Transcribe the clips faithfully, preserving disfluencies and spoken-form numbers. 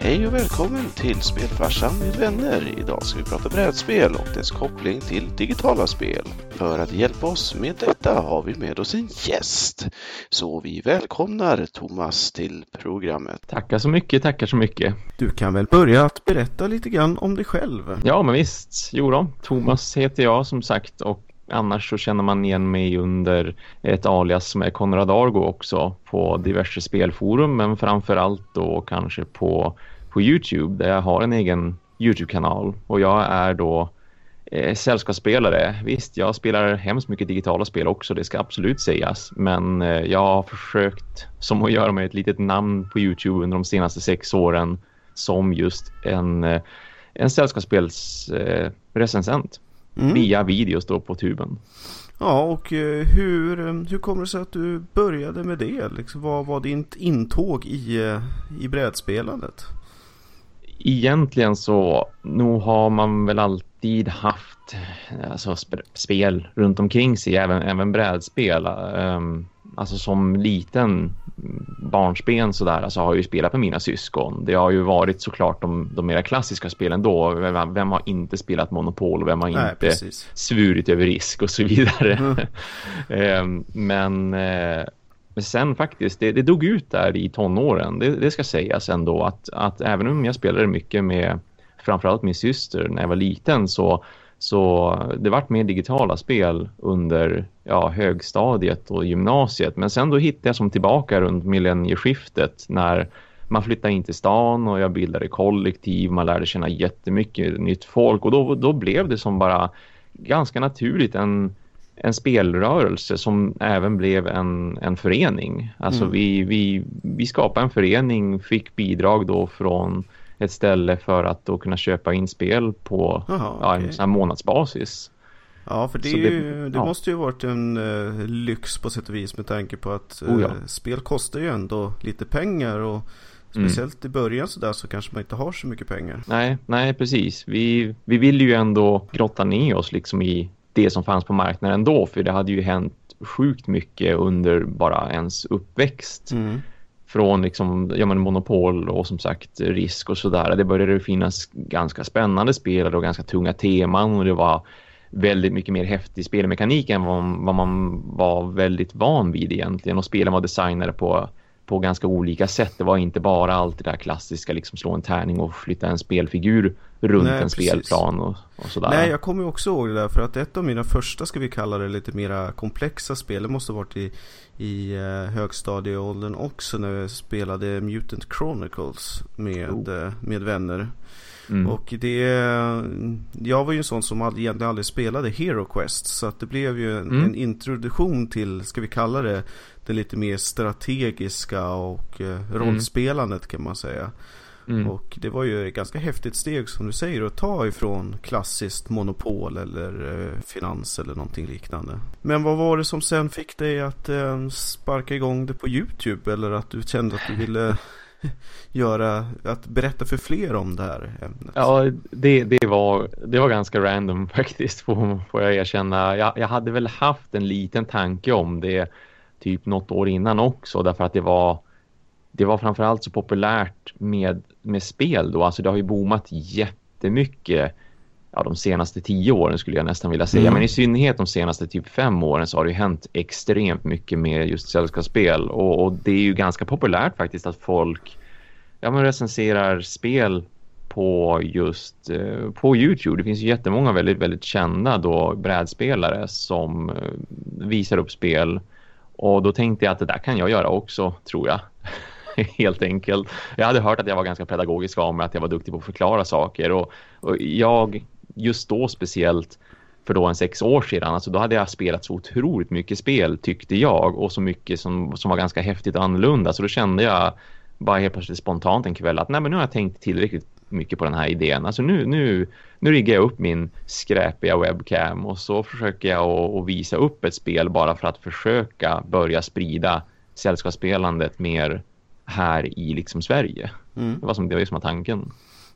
Hej och välkommen till Spelfarsan med vänner. Idag ska vi prata brädspel och dess koppling till digitala spel. För att hjälpa oss med detta har vi med oss en gäst. Så vi välkomnar Thomas till programmet. Tackar så mycket, tackar så mycket. Du kan väl börja att berätta lite grann om dig själv? Ja, men visst. Jo då, Thomas heter jag som sagt, och annars så känner man igen mig under ett alias som är Konrad Argo också på diverse spelforum, men framförallt då kanske på, på YouTube där jag har en egen YouTube-kanal. Och jag är då eh, sällskapsspelare. Visst, jag spelar hemskt mycket digitala spel också, det ska absolut sägas. Men eh, jag har försökt som att göra mig ett litet namn på YouTube under de senaste sex åren som just en, eh, en sällskapsspels eh, recensent. Mm. Via videos då på tuben. Ja, och hur, hur kommer det sig att du började med det? Liksom, vad var ditt intåg i, i brädspelandet? Egentligen så nog har man väl alltid haft alltså, sp- spel runt omkring sig, även, även brädspel. Um, alltså som liten barnsben så där, alltså har jag ju spelat med mina syskon. Det har ju varit såklart de, de mera klassiska spelen då. Vem, vem har inte spelat Monopol och vem har Nej, inte precis. svurit över risk och så vidare. Mm. um, men eh, sen faktiskt, det, det dog ut där i tonåren. Det, det ska sägas ändå att, att även om jag spelade mycket med framförallt min syster när jag var liten, så Så det vart mer digitala spel under ja, högstadiet och gymnasiet. Men sen då hittade jag som tillbaka runt millennieskiftet när man flyttade in till stan och jag bildade kollektiv. Man lärde känna jättemycket nytt folk. Och då, då blev det som bara ganska naturligt en, en spelrörelse som även blev en, en förening. Alltså mm. vi, vi, vi skapade en förening, fick bidrag då från ett ställe för att då kunna köpa in spel på Aha, ja, okay. en sån här månadsbasis. Ja, för det, det, ju, det ja. måste ju varit en uh, lyx på sätt och vis med tanke på att uh, oh, ja. spel kostar ju ändå lite pengar och speciellt mm. i början så där så kanske man inte har så mycket pengar. Nej, nej precis. Vi, vi ville ju ändå grotta ner oss liksom i det som fanns på marknaden då, för det hade ju hänt sjukt mycket under bara ens uppväxt. Mm. Från liksom, ja, men Monopol och som sagt risk och sådär. Det började finnas ganska spännande spel och ganska tunga teman och det var väldigt mycket mer häftig spelmekanik än vad, vad man var väldigt van vid egentligen. Och spelen var designade på, på ganska olika sätt. Det var inte bara allt det där klassiska, liksom slå en tärning och flytta en spelfigur runt Nej, en precis. spelplan och, och sådär. Nej, jag kommer också ihåg det där, för att ett av mina första, ska vi kalla det, lite mera komplexa spel, det måste ha varit i, i uh, högstadieåldern också, när jag spelade Mutant Chronicles med, oh. uh, med vänner. Mm. Och det, jag var ju en sån som aldrig, egentligen aldrig spelade Hero Quest, så att det blev ju en, mm. en introduktion till, ska vi kalla det, det lite mer strategiska och uh, rollspelandet kan man säga. Mm. Och det var ju ett ganska häftigt steg som du säger att ta ifrån klassiskt Monopol eller eh, finans eller någonting liknande. Men vad var det som sen fick dig att eh, sparka igång det på YouTube, eller att du kände att du ville göra, att berätta för fler om det här ämnet? Ja, det, det, var, det var ganska random faktiskt, får, får jag erkänna. Jag, jag hade väl haft en liten tanke om det typ något år innan också, därför att det var Det var framförallt så populärt med, med spel då. Alltså det har ju boomat jättemycket ja, de senaste tio åren skulle jag nästan vilja säga. Mm. Men i synnerhet de senaste typ fem åren så har det ju hänt extremt mycket med just sällskapsspel. Och, och det är ju ganska populärt faktiskt att folk ja, men recenserar spel på just eh, på YouTube. Det finns ju jättemånga väldigt, väldigt kända då brädspelare som eh, visar upp spel. Och då tänkte jag att det där kan jag göra också, tror jag. Helt enkelt. Jag hade hört att jag var ganska pedagogisk av mig, att jag var duktig på att förklara saker. Och, och jag, just då speciellt, för då en sex år sedan, alltså då hade jag spelat så otroligt mycket spel, tyckte jag. Och så mycket som, som var ganska häftigt och annorlunda. Så då kände jag bara helt plötsligt spontant en kväll att nej, men nu har jag tänkt tillräckligt mycket på den här idén. Alltså nu, nu, nu riggar jag upp min skräpiga webcam och så försöker jag att, att visa upp ett spel bara för att försöka börja sprida sällskapsspelandet mer här i liksom Sverige. Mm. Det var som det var ju som var tanken.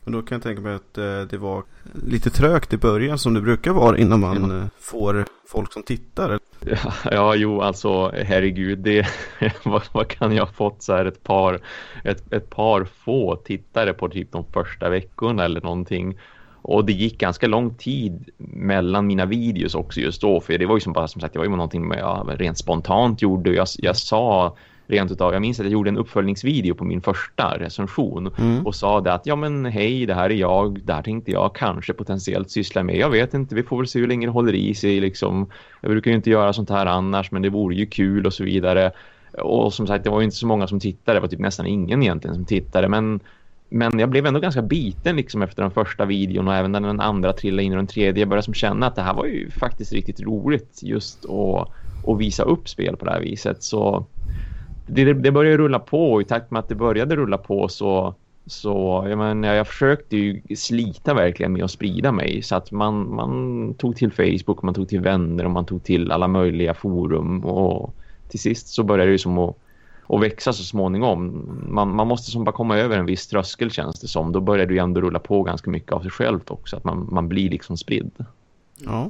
Men då kan jag tänka mig att eh, det var lite trögt i början som det brukar vara innan man eh, får folk som tittar. Ja, ja jo, alltså herregud, det, vad, vad kan jag ha fått så här ett par, ett, ett par få tittare på typ de första veckorna eller någonting. Och det gick ganska lång tid mellan mina videos också just då, för det var ju som bara som sagt, det var ju någonting jag rent spontant gjorde. Jag, jag sa rent utav, jag minns att jag gjorde en uppföljningsvideo på min första recension mm. och sa det att ja men hej, det här är jag, det här tänkte jag kanske potentiellt syssla med, jag vet inte, vi får väl se hur länge det håller i sig liksom. Jag brukar ju inte göra sånt här annars, men det vore ju kul och så vidare. Och som sagt, det var ju inte så många som tittade, det var typ nästan ingen egentligen som tittade, men Men jag blev ändå ganska biten liksom efter den första videon, och även när den andra trillade in och den tredje. Jag började som känna att det här var ju faktiskt riktigt roligt just att, att visa upp spel på det här viset. Så det, det började rulla på, och i takt med att det började rulla på så, så jag, menar, jag försökte ju slita verkligen med att sprida mig. Så att man, man tog till Facebook, man tog till vänner och man tog till alla möjliga forum. Och till sist så började det ju som att och växa så småningom. Man, man måste som bara komma över en viss tröskel, känns det som. Då börjar du ju ändå rulla på ganska mycket av sig själv också. Att man, man blir liksom spridd. Ja.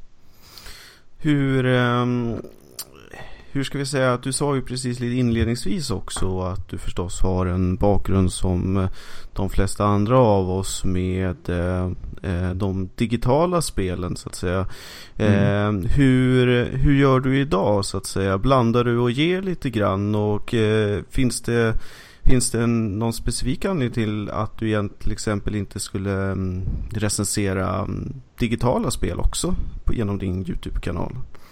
Hur, um, hur ska vi säga att du sa ju precis lite inledningsvis också att du förstås har en bakgrund som de flesta andra av oss med eh, de digitala spelen så att säga. Mm. Eh, hur, hur gör du idag så att säga? Blandar du och ger lite grann, och eh, finns det finns det en, någon specifik anledning till att du igen, till exempel inte skulle um, recensera um, digitala spel också på, genom din YouTube-kanal?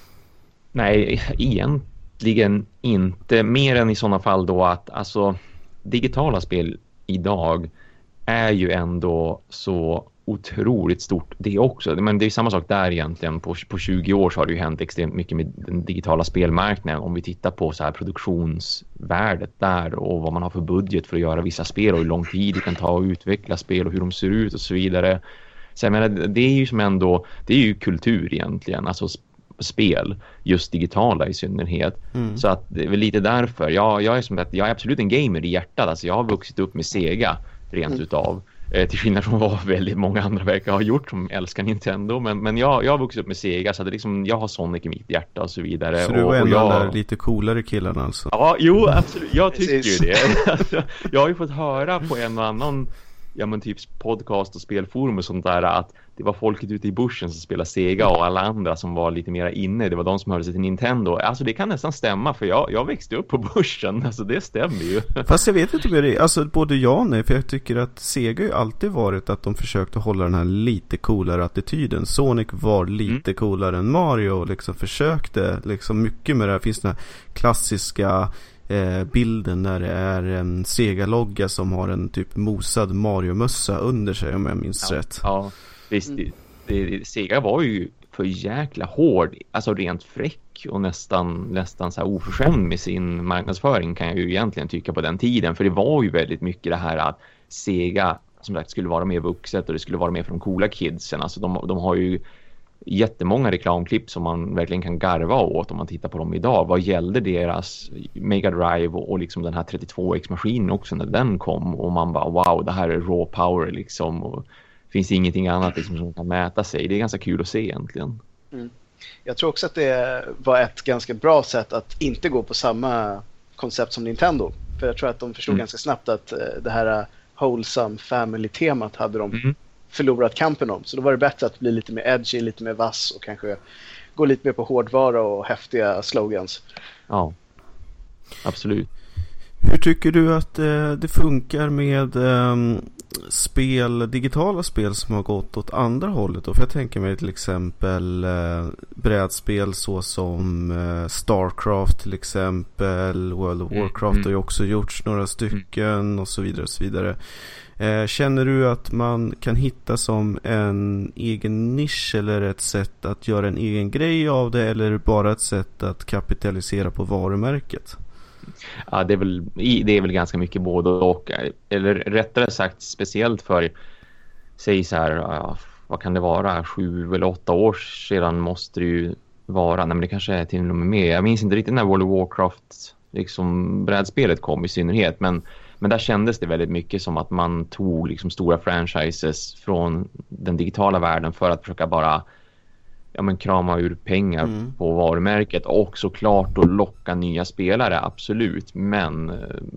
Nej, egentligen inte. Mer än i sådana fall då att alltså, digitala spel idag är ju ändå så otroligt stort det också. Men det är samma sak där egentligen. På, på tjugo år så har det ju hänt extremt mycket med den digitala spelmarknaden. Om vi tittar på så här produktionsvärdet där och vad man har för budget för att göra vissa spel och hur lång tid det kan ta att utveckla spel och hur de ser ut och så vidare. Så jag menar, det är ju som ändå, det är ju kultur egentligen. Alltså spel, just digitala i synnerhet. Mm. Så att det är väl lite därför. Jag, jag, är som att, jag är absolut en gamer i hjärtat. Alltså jag har vuxit upp med Sega rent mm. utav. Eh, till skillnad från vad väldigt många andra verkar ha gjort som älskar Nintendo. Men, men jag, jag har vuxit upp med Sega, så det liksom, jag har Sonic i mitt hjärta och så vidare. Så du var och, en och jag... av de där lite coolare killarna alltså? Ja, jo, absolut. Jag tycker ju det. Alltså, jag har ju fått höra på en och annan ja, men typ podcast och spelforum och sånt där att det var folket ute i bushen som spelade Sega och alla andra som var lite mer inne. Det var de som hörde sig till Nintendo. Alltså det kan nästan stämma, för jag, jag växte upp på bushen. Alltså det stämmer ju. Fast jag vet inte om det är, alltså både ja och nej, för jag tycker att Sega ju alltid varit att de försökte hålla den här lite coolare attityden. Sonic var lite mm. coolare än Mario och liksom försökte liksom mycket med det här. Finns den här klassiska Eh, bilden där det är en Sega-logga som har en typ mosad Mario-mössa under sig, om jag minns ja, rätt. Ja, visst. Mm. Det, det, Sega var ju för jäkla hård, alltså rent fräck och nästan, nästan så här oförskämd med sin marknadsföring, kan jag ju egentligen tycka på den tiden. För det var ju väldigt mycket det här att Sega som sagt skulle vara mer vuxet och det skulle vara mer för de coola kidsen. Alltså de, de har ju jättemånga reklamklipp som man verkligen kan garva åt om man tittar på dem idag. Vad gällde deras Mega Drive och, och liksom den här trettiotvå X-maskinen också när den kom, och man bara wow, det här är raw power liksom, och finns ingenting annat liksom som kan mäta sig. Det är ganska kul att se egentligen. Mm. Jag tror också att det var ett ganska bra sätt att inte gå på samma koncept som Nintendo. För jag tror att de förstod mm. ganska snabbt att det här wholesome family-temat hade de mm. förlorat kampen om. Så då var det bättre att bli lite mer edgy, lite mer vass och kanske gå lite mer på hårdvara och häftiga slogans. Ja, absolut. Hur tycker du att eh, det funkar med eh, spel, digitala spel som har gått åt andra hållet då? För jag tänker mig till exempel eh, brädspel så som eh, Starcraft till exempel, World of Warcraft mm. har ju också gjorts några stycken mm. och så vidare och så vidare. Eh, känner du att man kan hitta som en egen nisch eller ett sätt att göra en egen grej av det, eller bara ett sätt att kapitalisera på varumärket? Ja, det är väl, det är väl ganska mycket både och, eller rättare sagt speciellt för, säg så här, ja, vad kan det vara, sju eller åtta år sedan måste det ju vara, nej men det kanske är till och med mer, jag minns inte riktigt när World of Warcraft liksom brädspelet kom i synnerhet, men, Men där kändes det väldigt mycket som att man tog liksom stora franchises från den digitala världen för att försöka bara ja, men krama ur pengar mm. på varumärket och såklart att locka nya spelare, absolut. Men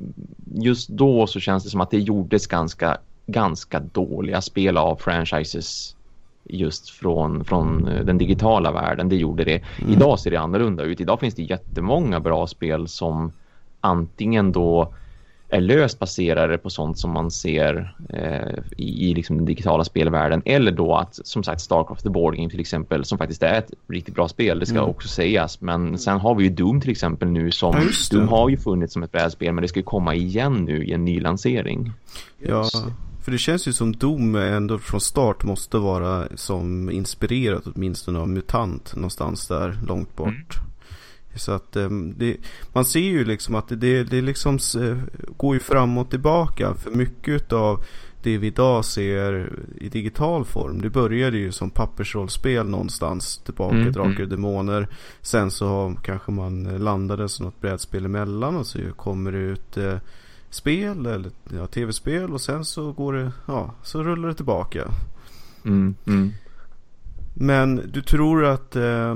just då så känns det som att det gjordes ganska, ganska dåliga spel av franchises just från, från den digitala världen. Det gjorde det. Mm. Idag ser det annorlunda ut. Idag finns det jättemånga bra spel som antingen då är löst baserade på sånt som man ser eh, i, i liksom den digitala spelvärlden, eller då att som sagt Starcraft the Board Game till exempel, som faktiskt är ett riktigt bra spel, det ska mm. också sägas, men sen har vi ju Doom till exempel nu som ja, Doom har ju funnits som ett brädspel, men det ska ju komma igen nu i en ny lansering. Ja, för det känns ju som Doom ändå från start måste vara som inspirerat åtminstone av MUTANT någonstans där långt bort. Mm. Så att det, man ser ju liksom att det, det liksom går ju fram och tillbaka, för mycket av det vi idag ser i digital form, det började ju som pappersrollspel någonstans tillbaka, mm, Drakar och Demoner. Sen så kanske man landade som något brädspel emellan och så kommer det ut eh, spel eller ja, tv-spel och sen så går det, ja, så rullar det tillbaka. Mm, mm. Men du tror att eh,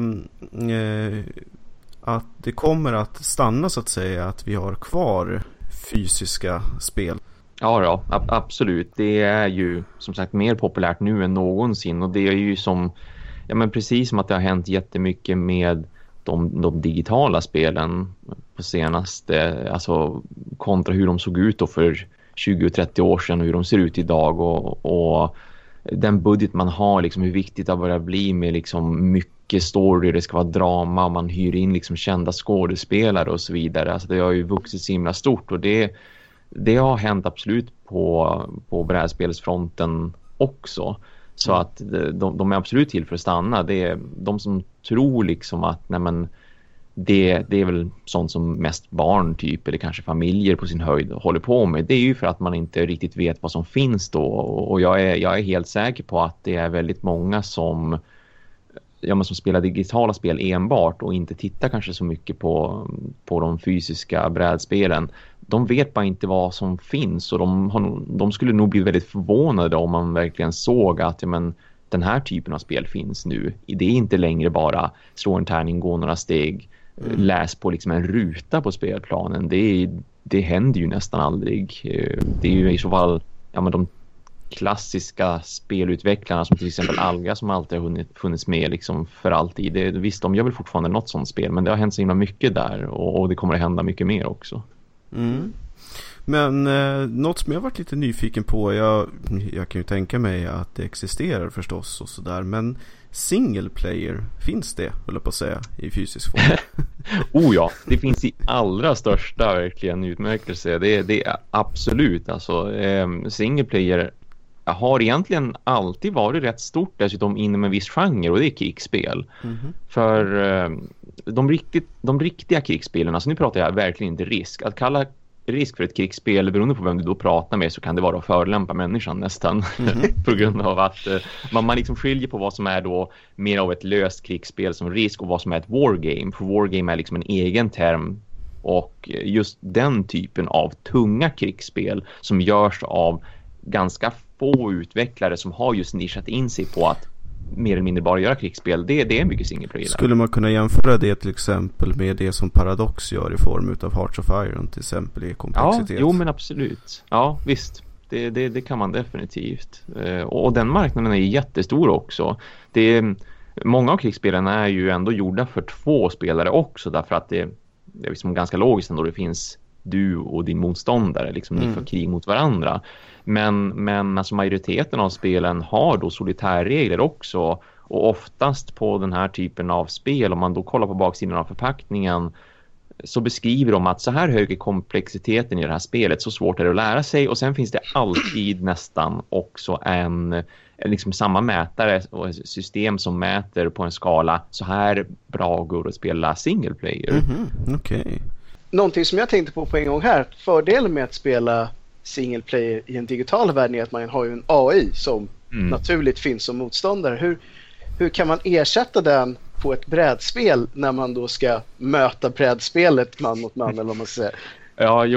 eh, att det kommer att stanna så att säga, att vi har kvar fysiska spel? Ja, ja, ab- absolut. Det är ju som sagt mer populärt nu än någonsin, och det är ju som ja, men precis som att det har hänt jättemycket med de, de digitala spelen på senaste, alltså kontra hur de såg ut då för tjugo trettio år sedan och hur de ser ut idag, och, och den budget man har, liksom hur viktigt det börjar bli med liksom mycket story, det ska vara drama och man hyr in liksom kända skådespelare och så vidare. Alltså det har ju vuxit så himla stort, och det, det har hänt absolut på, på brädspelsfronten också. Så att de, de är absolut till för att stanna. Det är de som tror liksom att nej men, det, det är väl sånt som mest barn typ, eller kanske familjer på sin höjd håller på med. Det är ju för att man inte riktigt vet vad som finns då. Och jag är, jag är helt säker på att det är väldigt många som, ja, men som spelar digitala spel enbart och inte tittar kanske så mycket på, på de fysiska brädspelen. De vet bara inte vad som finns, och de, har, de skulle nog bli väldigt förvånade om man verkligen såg att ja, men, den här typen av spel finns nu. Det är inte längre bara slå en tärning, gå några steg, mm. läs på liksom en ruta på spelplanen. Det, är, det händer ju nästan aldrig. Det är ju i så fall ja, men de klassiska spelutvecklarna som till exempel Alga, som alltid har hunnit, funnits med liksom för alltid. Det, visst, de gör väl fortfarande något sånt spel, men det har hänt så himla mycket där, och, och det kommer att hända mycket mer också. Mm. Men eh, något som jag har varit lite nyfiken på, jag, jag kan ju tänka mig att det existerar förstås och sådär, men single player, finns det, höll jag på att säga, i fysisk form? Oh ja, det finns i allra största verkligen utmärkelse. Det, det är absolut, alltså eh, single player har egentligen alltid varit rätt stort, dessutom inom en viss genre, och det är krigsspel. Mm-hmm. För eh, de, riktigt, de riktiga krigsspelen, alltså nu pratar jag verkligen inte risk. Att kalla risk för ett krigsspel, beroende på vem du då pratar med, så kan det vara att förolämpa människan nästan. Mm-hmm. På grund av att eh, man, man liksom skiljer på vad som är då mer av ett löst krigsspel som risk och vad som är ett wargame. För wargame är liksom en egen term, och just den typen av tunga krigsspel som görs av ganska få utvecklare som har just nischat in sig på att mer eller mindre bara göra krigsspel, det, det är mycket single player. Skulle man kunna jämföra det till exempel med det som Paradox gör i form av Hearts of Iron till exempel i komplexitet? Ja, jo men absolut. Ja, visst. Det, det, det kan man definitivt. Och, och den marknaden är jättestor också. Det är, många av krigsspelen är ju ändå gjorda för två spelare också, därför att det, det är liksom ganska logiskt ändå, det finns du och din motståndare, liksom ni mm. för krig mot varandra. Men, men alltså majoriteten av spelen har då solitärregler också, och oftast på den här typen av spel, om man då kollar på baksidan av förpackningen, så beskriver de att så här hög är komplexiteten i det här spelet, så svårt är det att lära sig, och sen finns det alltid nästan också en liksom samma mätare och system som mäter på en skala, så här bra går det att spela single player. Mm-hmm. Okej. Okay. Någonting som jag tänkte på på en gång här, fördelen med att spela single player i en digital värld är att man har ju en A I som mm. naturligt finns som motståndare. Hur, hur kan man ersätta den på ett brädspel när man då ska möta brädspelet man mot man, eller vad man ska säga? Ja, jo,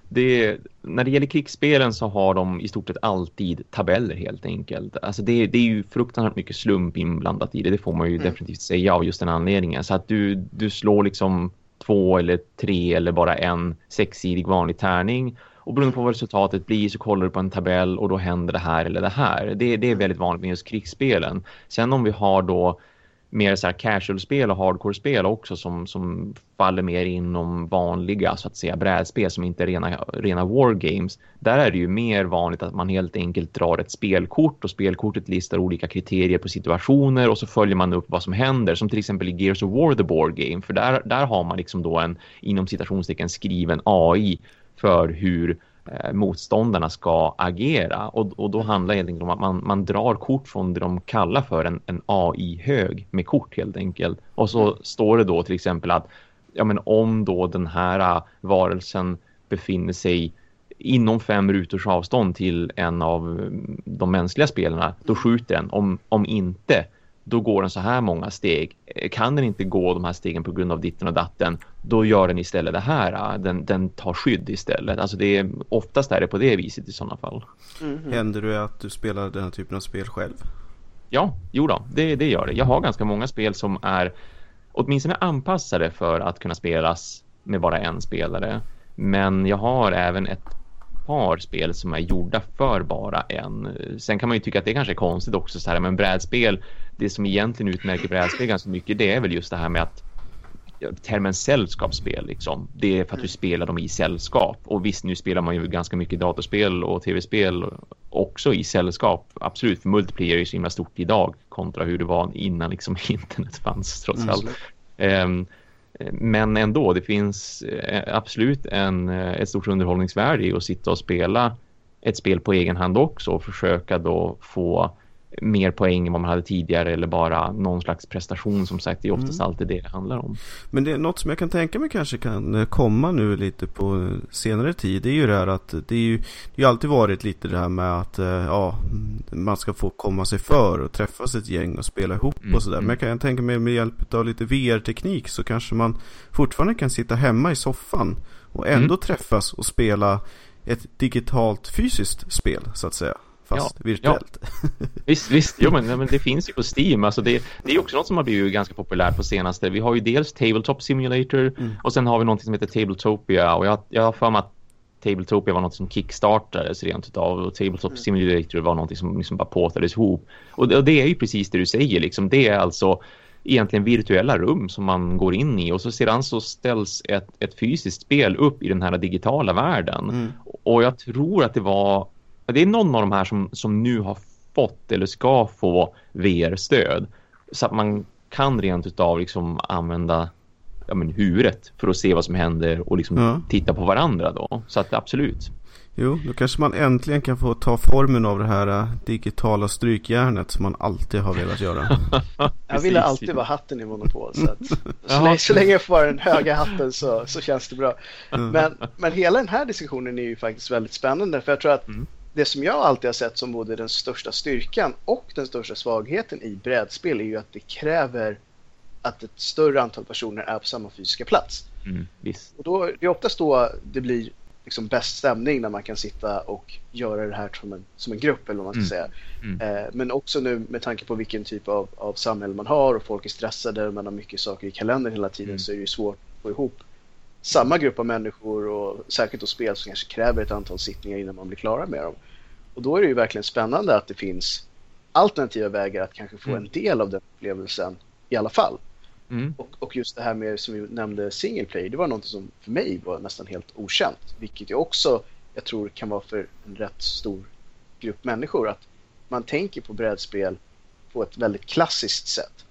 det, när det gäller krigsspelen så har de i stort sett alltid tabeller helt enkelt. Alltså det, det är ju fruktansvärt mycket slump inblandat i det. Det får man ju mm. definitivt säga av just den anledningen. Så att du, du slår liksom två eller tre eller bara en sexsidig vanlig tärning. Och beroende på vad resultatet blir så kollar du på en tabell och då händer det här eller det här. Det, det är väldigt vanligt med just krigsspelen. Sen om vi har då mer så här casual-spel och hardcore-spel också som, som faller mer inom vanliga så att säga brädspel som inte är rena, rena wargames. Där är det ju mer vanligt att man helt enkelt drar ett spelkort och spelkortet listar olika kriterier på situationer och så följer man upp vad som händer. Som till exempel i Gears of War the board game, för där, där har man liksom då en inom citationstecken skriven A I för hur eh, motståndarna ska agera. Och, och då handlar det helt enkelt om att man, man drar kort från det de kallar för en, en A I-hög med kort helt enkelt. Och så står det då till exempel att ja, men om då den här uh, varelsen befinner sig inom fem rutors avstånd till en av de mänskliga spelarna, då skjuter den. Om, om inte, då går den så här många steg. Kan den inte gå de här stegen på grund av ditten och datten, då gör den istället det här. Den, den tar skydd istället. Alltså det är, oftast är det på det viset i sådana fall. Mm-hmm. Händer det att du spelar den här typen av spel själv? Ja, jo då, det, det gör det. Jag har ganska många spel som är åtminstone anpassade för att kunna spelas med bara en spelare. Men jag har även ett par spel som är gjorda för bara en. Sen kan man ju tycka att det kanske är konstigt också så här, men brädspel, det som egentligen utmärker brädspel ganska mycket, det är väl just det här med att termen sällskapsspel liksom. Det är för att du spelar dem i sällskap. Och visst, nu spelar man ju ganska mycket datorspel och tv-spel också i sällskap. Absolut, för multiplayer är ju så himla stort idag kontra hur det var innan liksom internet fanns trots allt. Mm. Um, Men ändå, det finns absolut en, ett stort underhållningsvärde i att sitta och spela ett spel på egen hand också och försöka då få mer poäng än vad man hade tidigare eller bara någon slags prestation, som sagt. Det är oftast mm. alltid det det handlar om. Men det är något som jag kan tänka mig kanske kan komma nu lite på senare tid. Det är ju det här att det är ju det har alltid varit lite det här med att ja, man ska få komma sig för och träffas ett gäng och spela ihop mm. och sådär. Men jag kan tänka mig med hjälp av lite V R-teknik så kanske man fortfarande kan sitta hemma i soffan och ändå mm. träffas och spela ett digitalt fysiskt spel så att säga. Fast ja, virtuellt. Ja. Visst, visst. Jo, men, men det finns ju på Steam. Alltså det, det är också något som har blivit ganska populärt på senaste. Vi har ju dels Tabletop Simulator mm. och sen har vi något som heter Tabletopia. Och jag, jag har för mig att Tabletopia var något som kickstartades rent utav och Tabletop mm. Simulator var något som liksom bara påtades ihop. Och det, och det är ju precis det du säger. Liksom. Det är alltså egentligen virtuella rum som man går in i och så sedan så ställs ett, ett fysiskt spel upp i den här digitala världen. Mm. Och jag tror att det var det är någon av de här som, som nu har fått eller ska få V R-stöd. Så att man kan rent utav liksom använda ja, men, huvudet för att se vad som händer och liksom ja. titta på varandra då. Så att absolut. Jo, då kanske man äntligen kan få ta formen av det här digitala strykjärnet som man alltid har velat göra. Jag ville alltid vara hatten i Monopol. Så, att, så, länge, så länge jag får den höga hatten så, så känns det bra. Mm. Men, men hela den här diskussionen är ju faktiskt väldigt spännande. För jag tror att mm. det som jag alltid har sett som både den största styrkan och den största svagheten i brädspel är ju att det kräver att ett större antal personer är på samma fysiska plats. Mm, visst. Och då, det är oftast då det blir liksom bäst stämning när man kan sitta och göra det här som en, som en grupp eller vad man ska mm. säga. Mm. Eh, men också nu med tanke på vilken typ av, av samhälle man har och folk är stressade och man har mycket saker i kalendern hela tiden mm. så är det ju svårt att få ihop samma grupp av människor och säkert då spel som kanske kräver ett antal sittningar innan man blir klara med dem. Och då är det ju verkligen spännande att det finns alternativa vägar att kanske få mm. en del av den upplevelsen i alla fall. Mm. Och, och just det här med som vi nämnde single player, det var något som för mig var nästan helt okänt. Vilket jag också, jag tror kan vara för en rätt stor grupp människor att man tänker på brädspel på ett väldigt klassiskt sätt.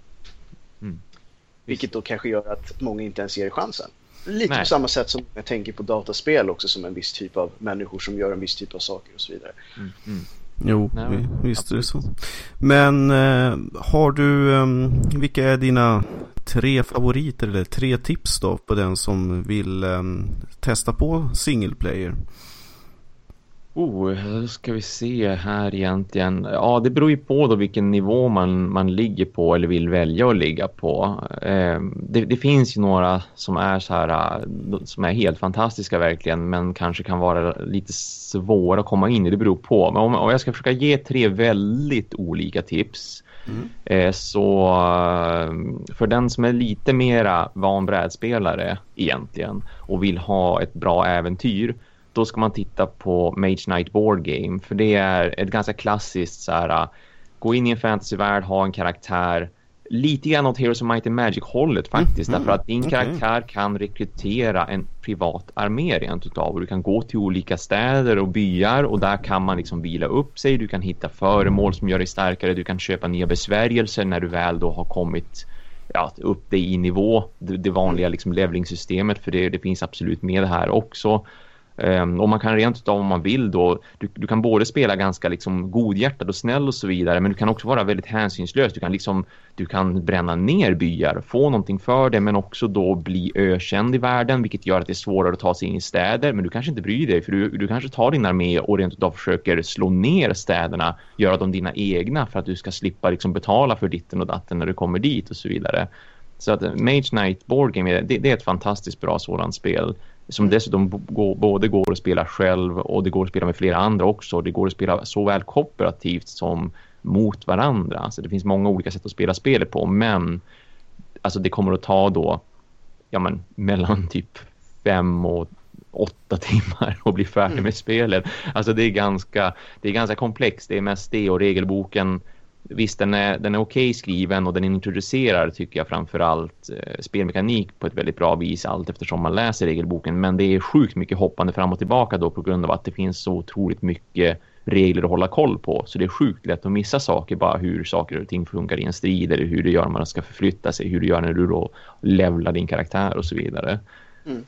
Mm. Vilket då kanske gör att många inte ens ger chansen. Lite Nej. på samma sätt som jag tänker på dataspel också som en viss typ av människor som gör en viss typ av saker och så vidare. Mm. Mm. Jo, Nej, visst är det så. Men eh, har du, eh, vilka är dina tre favoriter eller tre tips då på den som vill eh, testa på single player? Oh, då ska vi se här egentligen. Ja, det beror ju på då vilken nivå man, man ligger på eller vill välja att ligga på. Eh, det, det finns ju några som är så här, som är helt fantastiska verkligen, men kanske kan vara lite svåra att komma in i. Det beror på. Men om, om jag ska försöka ge tre väldigt olika tips. Mm. Eh, så för den som är lite mera van brädspelare egentligen och vill ha ett bra äventyr, då ska man titta på Mage Knight Board Game. För det är ett ganska klassiskt så här, gå in i en fantasyvärld, ha en karaktär. Lite grann åt Heroes of Might and Magic-hållet faktiskt. Mm, därför att din okay. karaktär kan rekrytera en privat armé rent utav. Och du kan gå till olika städer och byar och där kan man liksom vila upp sig. Du kan hitta föremål som gör dig starkare. Du kan köpa nya besvärjelser när du väl då har kommit ja, upp dig i nivå. Det, det vanliga liksom levelingssystemet, för det, det finns absolut med det här också. Um, och man kan rent utav om man vill då, du, du kan både spela ganska liksom godhjärtad och snäll och så vidare, men du kan också vara väldigt hänsynslös. Du kan liksom, du kan bränna ner byar, få någonting för det, men också då bli ökänd i världen, vilket gör att det är svårare att ta sig in i städer. Men du kanske inte bryr dig, för du, du kanske tar din armé och rent utav försöker slå ner städerna, göra dem dina egna för att du ska slippa liksom betala för ditten och datten när du kommer dit och så vidare. Så att Mage Knight Board Game, det, det är ett fantastiskt bra sådant spel. Som dessutom b- både går att spela själv och det går att spela med flera andra också. Det går att spela såväl kooperativt som mot varandra. Så det finns många olika sätt att spela spelet på. Men alltså det kommer att ta då ja, men, mellan typ fem och åtta timmar och bli färdig med mm. spelet. Alltså det är ganska, det är ganska komplext. Det är mest det och regelboken. Visst, den är, den är okej skriven och den introducerar, tycker jag, framförallt eh, spelmekanik på ett väldigt bra vis allt eftersom man läser regelboken. Men det är sjukt mycket hoppande fram och tillbaka då på grund av att det finns så otroligt mycket regler att hålla koll på. Så det är sjukt lätt att missa saker, bara hur saker och ting funkar i en strid eller hur det gör när man ska förflytta sig, hur du gör när du då levlar din karaktär och så vidare. Mm.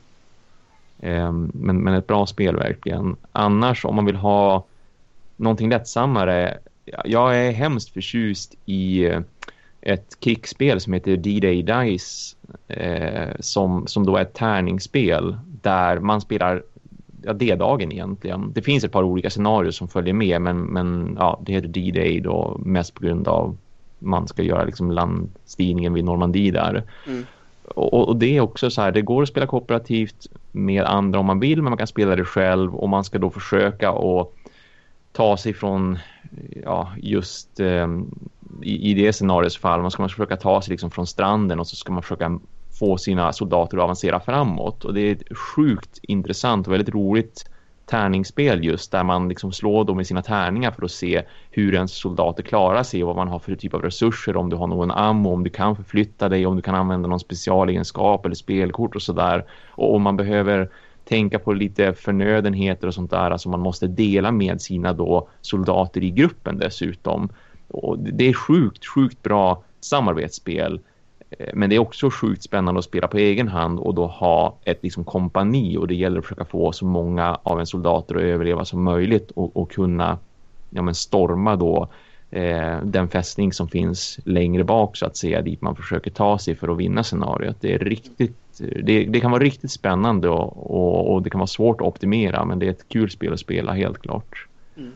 Eh, men, men ett bra spel verkligen. Annars, om man vill ha någonting lättsammare, jag är hemskt förtjust i ett krigsspel som heter D-Day Dice eh, som, som då är ett tärningsspel där man spelar ja, D-dagen egentligen. Det finns ett par olika scenarier som följer med, men, men ja, det heter D-Day då mest på grund av man ska göra liksom landstigningen vid Normandie där. Mm. Och, och det är också så här, det går att spela kooperativt med andra om man vill, men man kan spela det själv och man ska då försöka att ta sig från ja, just eh, i, i det scenarios fall man ska man försöka ta sig liksom från stranden och så ska man försöka få sina soldater att avancera framåt. Och det är ett sjukt intressant och väldigt roligt tärningsspel just där man liksom slår dem med sina tärningar för att se hur ens soldater klarar sig och vad man har för typ av resurser, om du har någon ammo, om du kan förflytta dig, om du kan använda någon specialegenskap eller spelkort och sådär. Och om man behöver tänka på lite förnödenheter och sånt där, alltså man måste dela med sina då soldater i gruppen dessutom. Och det är sjukt, sjukt bra samarbetsspel, men det är också sjukt spännande att spela på egen hand och då ha ett liksom kompani, och det gäller att försöka få så många av en soldater att överleva som möjligt och, och kunna ja, men storma då eh, den fästning som finns längre bak så att säga, dit man försöker ta sig för att vinna scenariot. Det är riktigt Det, det kan vara riktigt spännande och, och, och det kan vara svårt att optimera, men det är ett kul spel att spela, helt klart. Mm.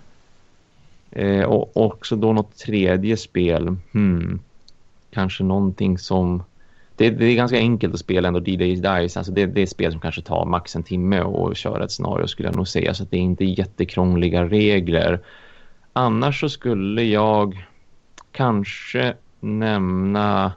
Eh, och också då något tredje spel. Hmm. Kanske någonting som... Det, det är ganska enkelt att spela ändå, D-Day Dice. Alltså det, det är ett spel som kanske tar max en timme och köra ett scenario, skulle jag nog säga. Så att det är inte jättekrångliga regler. Annars så skulle jag kanske nämna...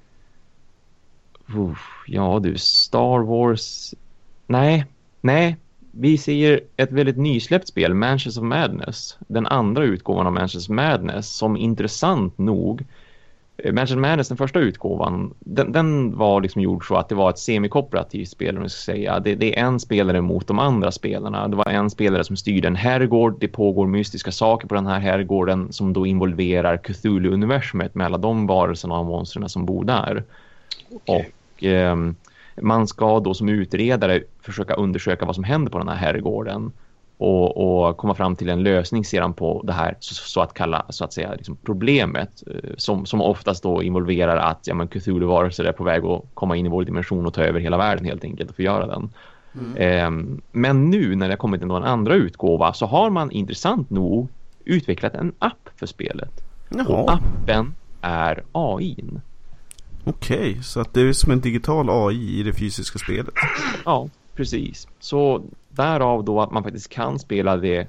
Uff, ja du, Star Wars... Nej, nej. Vi ser ett väldigt nysläppt spel, Mansions of Madness. Den andra utgåvan av Mansions of Madness, som intressant nog... Mansions of Madness, den första utgåvan, den, den var liksom gjord så att det var ett semikooperativt spel, om jag ska säga. Det, det är en spelare mot de andra spelarna. Det var en spelare som styrde en herrgård. Det pågår mystiska saker på den här herrgården som då involverar Cthulhu-universumet med alla de varelserna och monsterna som bor där. Okay. Och eh, man ska då som utredare försöka undersöka vad som händer på den här herrgården och, och komma fram till en lösning sedan på det här så, så att kalla så att säga liksom problemet eh, som, som oftast då involverar att ja, men Cthulhu-varelser är på väg att komma in i vår dimension och ta över hela världen helt enkelt och förgöra den. Mm. Eh, men nu när det har kommit en andra utgåva så har man intressant nog utvecklat en app för spelet. Jaha. Och appen är A I:n. Okej, okay, så att det är som en digital A I i det fysiska spelet. Ja, precis. Så därav då att man faktiskt kan spela det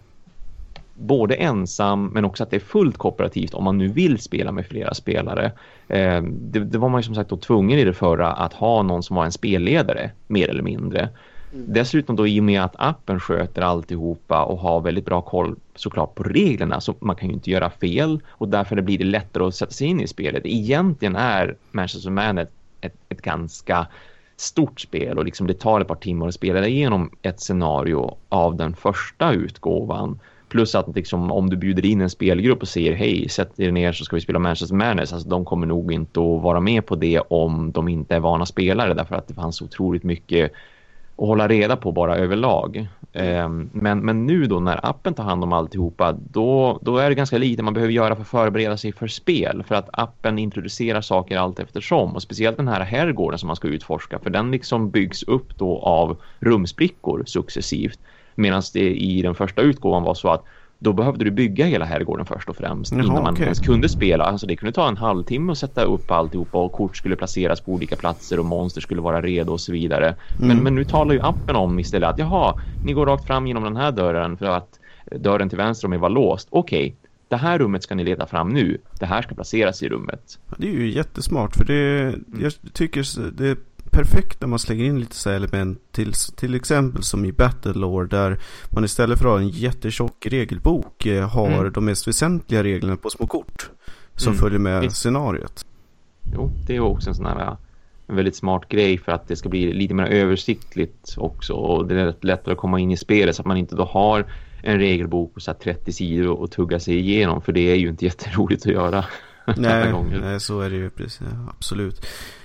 både ensam men också att det är fullt kooperativt om man nu vill spela med flera spelare. Eh, det, det var man ju som sagt då tvungen i det förra att ha någon som var en spelledare mer eller mindre. Mm. Dessutom då i och med att appen sköter alltihopa och har väldigt bra koll såklart på reglerna så man kan ju inte göra fel och därför blir det lättare att sätta sig in i spelet. Egentligen är Manchester Man ett, ett, ett ganska stort spel och liksom det tar ett par timmar att spela igenom ett scenario av den första utgåvan. Plus att liksom, om du bjuder in en spelgrupp och säger hej, sätt er ner så ska vi spela Manchester Madness. Alltså, de kommer nog inte att vara med på det om de inte är vana spelare. Därför att det fanns otroligt mycket att hålla reda på bara överlag. Um, men, men nu då när appen tar hand om alltihopa, då, då är det ganska lite man behöver göra för att förbereda sig för spel. För att appen introducerar saker allt eftersom. Och speciellt den här herrgården som man ska utforska. För den liksom byggs upp då av rumsbrickor successivt. Medan det i den första utgåvan var så att då behövde du bygga hela herrgården först och främst. Jaha, innan man okay. ens kunde spela. Alltså det kunde ta en halvtimme att sätta upp alltihopa och kort skulle placeras på olika platser och monster skulle vara redo och så vidare. Mm. Men, men nu talar ju appen om istället att jaha, ni går rakt fram genom den här dörren för att dörren till vänster om er var låst. Okej, okay, det här rummet ska ni leta fram nu. Det här ska placeras i rummet. Det är ju jättesmart för det, jag tycker det är perfekt när man slänger in lite så element till, till exempel som i Battlelore där man istället för att ha en jättetjock regelbok eh, har mm. de mest väsentliga reglerna på små kort som mm. följer med det, scenariot. Jo, det är också en sån här en väldigt smart grej för att det ska bli lite mer översiktligt också och det är lättare att komma in i spelet så att man inte då har en regelbok på så här trettio sidor och tugga sig igenom för det är ju inte jätteroligt att göra. Nej, nej så är det ju precis, absolut.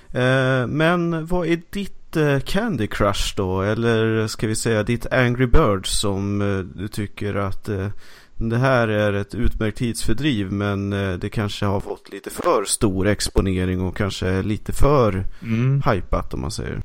Men vad är ditt Candy Crush då? Eller ska vi säga ditt Angry Birds som du tycker att det här är ett utmärkt tidsfördriv men det kanske har fått lite för stor exponering och kanske lite för mm. hypat om man säger.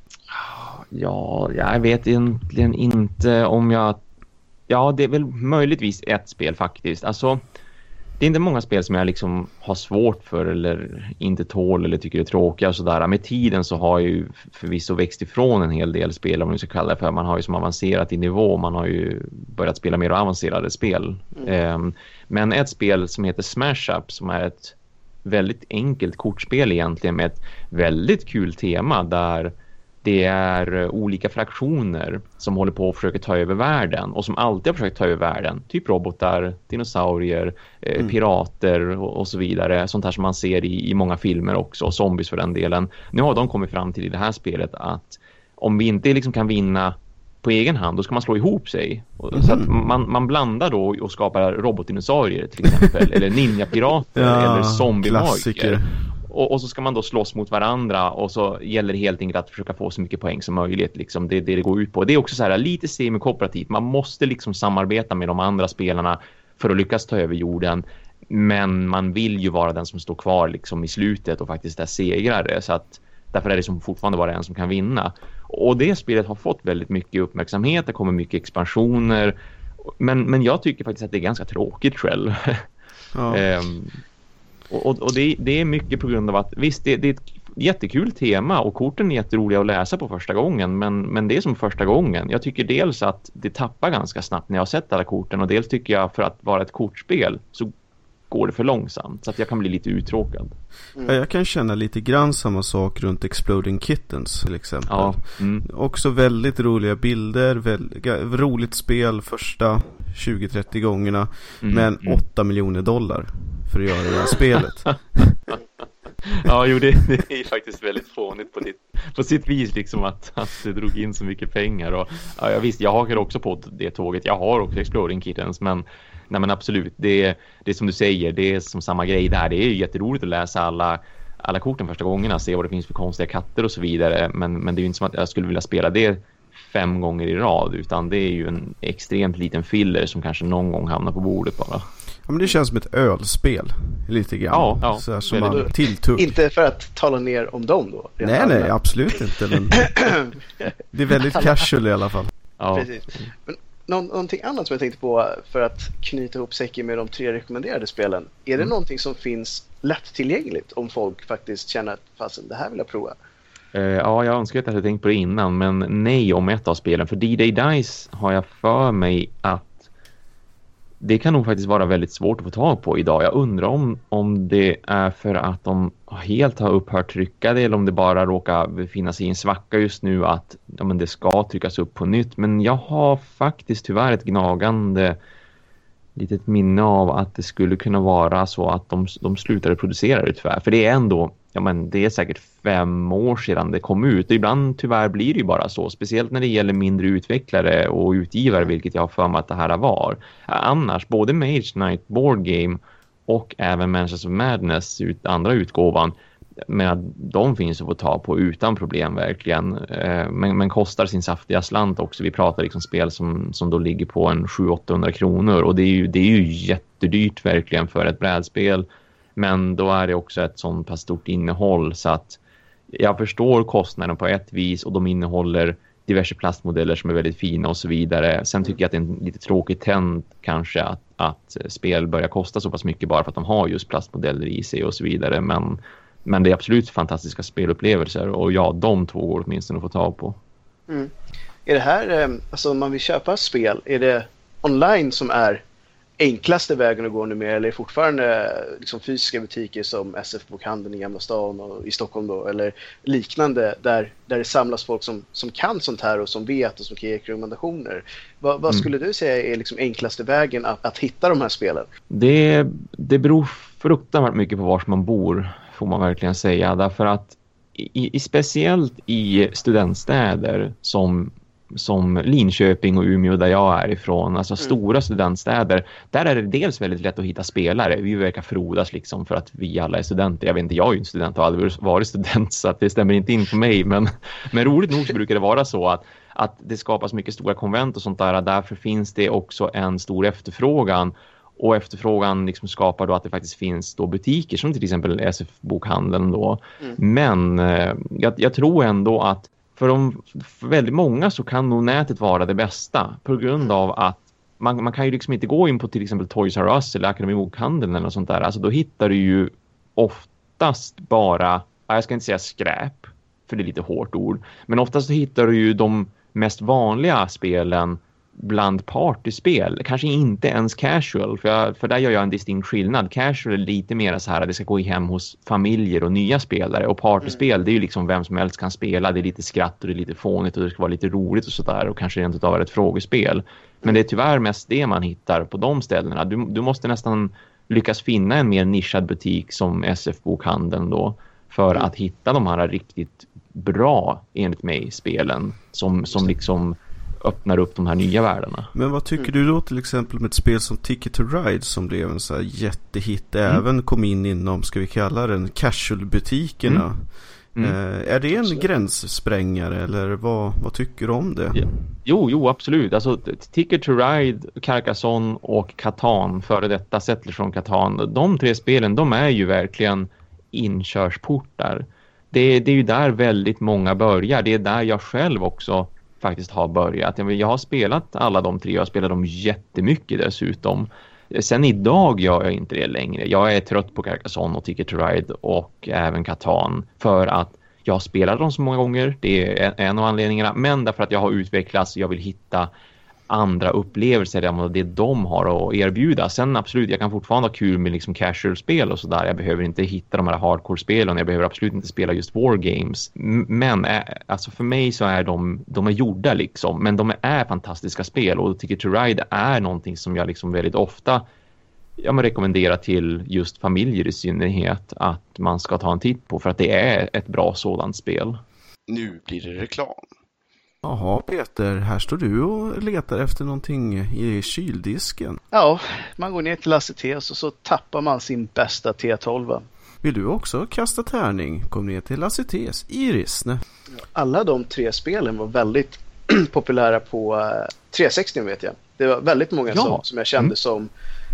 Ja, jag vet egentligen inte om jag... Ja, det är väl möjligtvis ett spel faktiskt. Alltså... Det är inte många spel som jag liksom har svårt för eller inte tål eller tycker är tråkiga och sådär. Med tiden så har jag ju förvisso växt ifrån en hel del spel om man ska kalla det för. Man har ju som avancerat i nivå, man har ju börjat spela mer avancerade spel. Mm. Um, men ett spel som heter Smash Up som är ett väldigt enkelt kortspel egentligen med ett väldigt kul tema där det är olika fraktioner som håller på att försöka ta över världen och som alltid har försökt ta över världen. Typ robotar, dinosaurier, eh, mm. pirater och, och så vidare. Sånt här som man ser i, i många filmer också, zombies för den delen. Nu har de kommit fram till i det här spelet att om vi inte liksom kan vinna på egen hand, då ska man slå ihop sig. Mm. Så att man, man blandar då och skapar robotdinosaurier till exempel, eller ninjapirater ja, eller zombiemagiker. Och, och så ska man då slåss mot varandra och så gäller det helt enkelt att försöka få så mycket poäng som möjligt. Liksom. Det, det det går ut på. Det är också så här lite semi-kooperativt. Man måste liksom samarbeta med de andra spelarna för att lyckas ta över jorden. Men man vill ju vara den som står kvar liksom i slutet och faktiskt är segrare. Så att därför är det som fortfarande bara en som kan vinna. Och det spelet har fått väldigt mycket uppmärksamhet. Det kommer mycket expansioner. Men, men jag tycker faktiskt att det är ganska tråkigt själv. Ja. um, Och, och det, det är mycket på grund av att visst, det, det är ett jättekul tema och korten är jätteroliga att läsa på första gången men, men det är som första gången. Jag tycker dels att det tappar ganska snabbt när jag har sett alla korten och dels tycker jag för att vara ett kortspel så går det för långsamt så att jag kan bli lite uttråkad. Mm. Jag kan känna lite grann samma sak runt Exploding Kittens till exempel. Ja. Mm. Också väldigt roliga bilder, väldigt, roligt spel första tjugo trettio gångerna mm. men mm. åtta miljoner dollar för att göra det här spelet. Ja, jo, det, det är faktiskt väldigt fånigt på, ditt, på sitt vis liksom att, att det drog in så mycket pengar. Och, ja, jag visst, jag hakar också på det tåget. Jag har också Exploding Kittens, men, nej, men absolut, det, det är som du säger, det är som samma grej där. Det är ju jätteroligt att läsa alla, alla korten första gångerna, se vad det finns för konstiga katter och så vidare. Men, men det är ju inte som att jag skulle vilja spela det fem gånger i rad, utan det är ju en extremt liten filler som kanske någon gång hamnar på bordet bara. Ja, men det känns som ett ölspel lite grann. Ja, ja. Så här som Väldigt- man tilltugg. Inte för att tala ner om dem då. rent Nej, nej, allmänt. absolut inte. Men det är väldigt casual i alla fall. Ja. Precis. Men nå- någonting annat som jag tänkte på för att knyta ihop säcken med de tre rekommenderade spelen. Är det Mm. någonting som finns lättillgängligt om folk faktiskt känner att fasen, det här vill jag prova? Eh, ja, jag önskar att jag hade tänkt på det innan, men nej om ett av spelen. För D-Day Dice har jag för mig att det kan nog faktiskt vara väldigt svårt att få tag på idag. Jag undrar om, om det är för att de helt har upphört trycka det eller om det bara råkar befinna sig i en svacka just nu att ja, men det ska tryckas upp på nytt. Men jag har faktiskt tyvärr ett gnagande litet minne av att det skulle kunna vara så att de, de slutade producera det tyvärr. För det är ändå, ja men det är säkert fem år sedan det kom ut. Och ibland tyvärr blir det ju bara så. Speciellt när det gäller mindre utvecklare och utgivare, vilket jag har för mig att det här var. Annars, både Mage Knight Board Game och även Mansions of Madness, ut, andra utgåvan, men de finns att få ta på utan problem verkligen. Men, men kostar sin saftiga slant också. Vi pratar liksom spel som, som då ligger på en sju till åttahundra kronor. Och det är, ju, det är ju jättedyrt verkligen för ett brädspel. Men då är det också ett sånt pass stort innehåll så att jag förstår kostnaden på ett vis och de innehåller diverse plastmodeller som är väldigt fina och så vidare. Sen tycker jag att det är en lite tråkig trend kanske att, att spel börjar kosta så pass mycket bara för att de har just plastmodeller i sig och så vidare. Men, men det är absolut fantastiska spelupplevelser och ja, de två går åtminstone att få tag på. Mm. Är det här, alltså om man vill köpa spel, är det online som är enklaste vägen att gå nu mer, eller är det fortfarande liksom fysiska butiker som S F-bokhandeln i Gamla stan och i Stockholm då, eller liknande där, där det samlas folk som, som kan sånt här och som vet och som kan ge rekommendationer? Vad, vad skulle du säga är liksom enklaste vägen att, att hitta de här spelen? Det, det beror fruktansvärt mycket på var man bor, får man verkligen säga, därför att i, i speciellt i studentstäder som som Linköping och Umeå där jag är ifrån, alltså mm. stora studentstäder, där är det dels väldigt lätt att hitta spelare. Vi verkar frodas liksom för att vi alla är studenter. Jag vet inte, jag är ju en student och har aldrig varit student så att det stämmer inte in på mig, men, men roligt nog så brukar det vara så att, att det skapas mycket stora konvent och sånt där, därför finns det också en stor efterfrågan. Och efterfrågan liksom skapar då att det faktiskt finns då butiker som till exempel S F-bokhandeln då. Mm. Men eh, jag, jag tror ändå att för, de, för väldigt många så kan nog nätet vara det bästa på grund av att man, man kan ju liksom inte gå in på till exempel Toys R Us eller Akademibokhandeln eller något sånt där. Alltså då hittar du ju oftast bara, jag ska inte säga skräp för det är lite hårt ord, men oftast så hittar du ju de mest vanliga spelen bland partyspel, kanske inte ens casual, för, jag, för där gör jag en distinkt skillnad. Casual är lite mer så här att det ska gå hem hos familjer och nya spelare, och partyspel, det är ju liksom vem som helst kan spela, det är lite skratt och det är lite fånigt och det ska vara lite roligt och sådär, och kanske rent utav ett frågespel. Men det är tyvärr mest det man hittar på de ställena. Du, du måste nästan lyckas finna en mer nischad butik som S F-bokhandeln då, för att hitta de här riktigt bra, enligt mig, spelen som, som liksom öppnar upp de här nya världarna. Men vad tycker mm. du då till exempel med ett spel som Ticket to Ride som blev en så här jättehit, mm. även kom in inom, ska vi kalla den, casual-butikerna. Mm. Mm. Eh, är det en absolut. Gränssprängare eller vad, vad tycker du om det? Ja. Jo, jo, absolut. Alltså, Ticket to Ride, Carcassonne och Catan, före detta Settlers från Catan, de tre spelen, de är ju verkligen inkörsportar. Det, det är ju där väldigt många börjar. Det är där jag själv också faktiskt har börjat. Jag har spelat alla de tre, jag har spelat dem jättemycket dessutom. Sen idag gör jag inte det längre. Jag är trött på Carcassonne och Ticket to Ride och även Catan för att jag har spelat dem så många gånger. Det är en av anledningarna, men därför att jag har utvecklats och jag vill hitta andra upplevelser än det de har att erbjuda. Sen absolut, jag kan fortfarande ha kul med liksom casual-spel och sådär. Jag behöver inte hitta de här hardcore-spelen. Jag behöver absolut inte spela just wargames. Men alltså för mig så är de, de är gjorda liksom. Men de är fantastiska spel, och Ticket to Ride är någonting som jag liksom väldigt ofta jag men rekommenderar till just familjer i synnerhet att man ska ta en titt på, för att det är ett bra sådant spel. Nu blir det reklam. Jaha Peter, här står du och letar efter någonting i kyldisken. Ja, man går ner till Lasse T och så, så tappar man sin bästa T tolv. Vill du också kasta tärning? Kom ner till Lasse T's i Rissne. Alla de tre spelen var väldigt populära på trehundrasextio vet jag. Det var väldigt många ja. som, som jag kände mm. som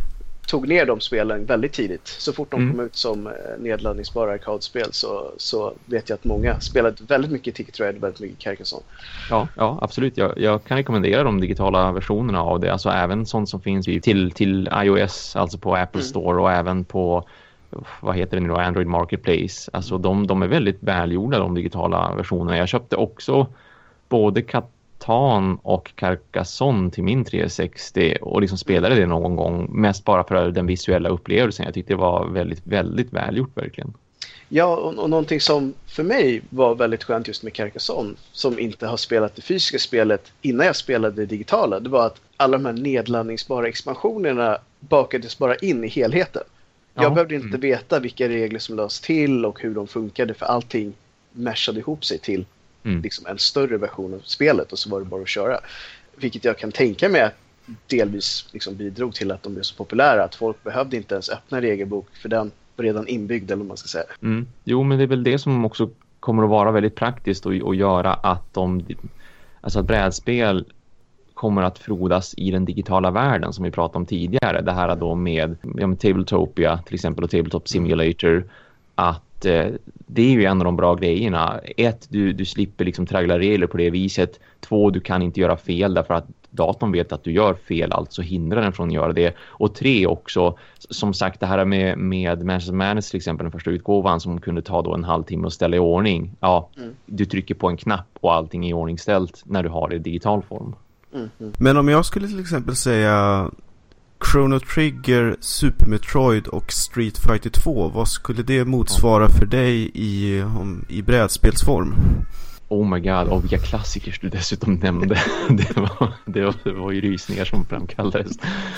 tog ner de spelen väldigt tidigt. Så fort de Mm. kom ut som eh, nedladdningsbara arkadspel så, så vet jag att många spelade väldigt mycket Ticket Ride och väldigt mycket Carcassonne. Ja, ja absolut. Jag, jag kan rekommendera de digitala versionerna av det. Alltså även sånt som finns till, till iOS, alltså på Apple Mm. Store och även på, vad heter det nu då, Android Marketplace. Alltså de, de är väldigt välgjorda, de digitala versionerna. Jag köpte också både Catan och Carcassonne till min tre sextio och liksom spelade det någon gång, mest bara för den visuella upplevelsen. Jag tyckte det var väldigt, väldigt välgjort verkligen. Ja, och, och någonting som för mig var väldigt skönt just med Carcassonne, som inte har spelat det fysiska spelet innan jag spelade det digitala, det var att alla de här nedladdningsbara expansionerna bakades bara in i helheten. Jag Ja. behövde inte Mm. veta vilka regler som lades till och hur de funkade, för allting meshade ihop sig till Mm. liksom en större version av spelet och så var det bara att köra. Vilket jag kan tänka mig att delvis liksom bidrog till att de blev så populära, att folk behövde inte ens öppna regelbok för den var redan inbyggd, eller vad man ska säga. Mm. Jo, men det är väl det som också kommer att vara väldigt praktiskt och, och göra att de, alltså att brädspel kommer att frodas i den digitala världen som vi pratade om tidigare. Det här då med, ja, med Tabletopia till exempel och Tabletop Simulator, att eh, det är ju en av de bra grejerna. Ett, du, du slipper liksom traggla regler på det viset. Två, du kan inte göra fel därför att datorn vet att du gör fel, alltså hindrar den från att göra det. Och tre också, som sagt, det här med, med Manchester Madness till exempel, den första utgåvan som kunde ta då en halvtimme att ställa i ordning. Ja, Mm. du trycker på en knapp och allting är i ordningställt när du har det i digital form. Mm, mm. Men om jag skulle till exempel säga Chrono Trigger, Super Metroid och Street Fighter två, vad skulle det motsvara för dig i, om, i brädspelsform? Oh my god, och vilka klassiker du dessutom nämnde. Det var, det var, det var ju rysningar som framkallades.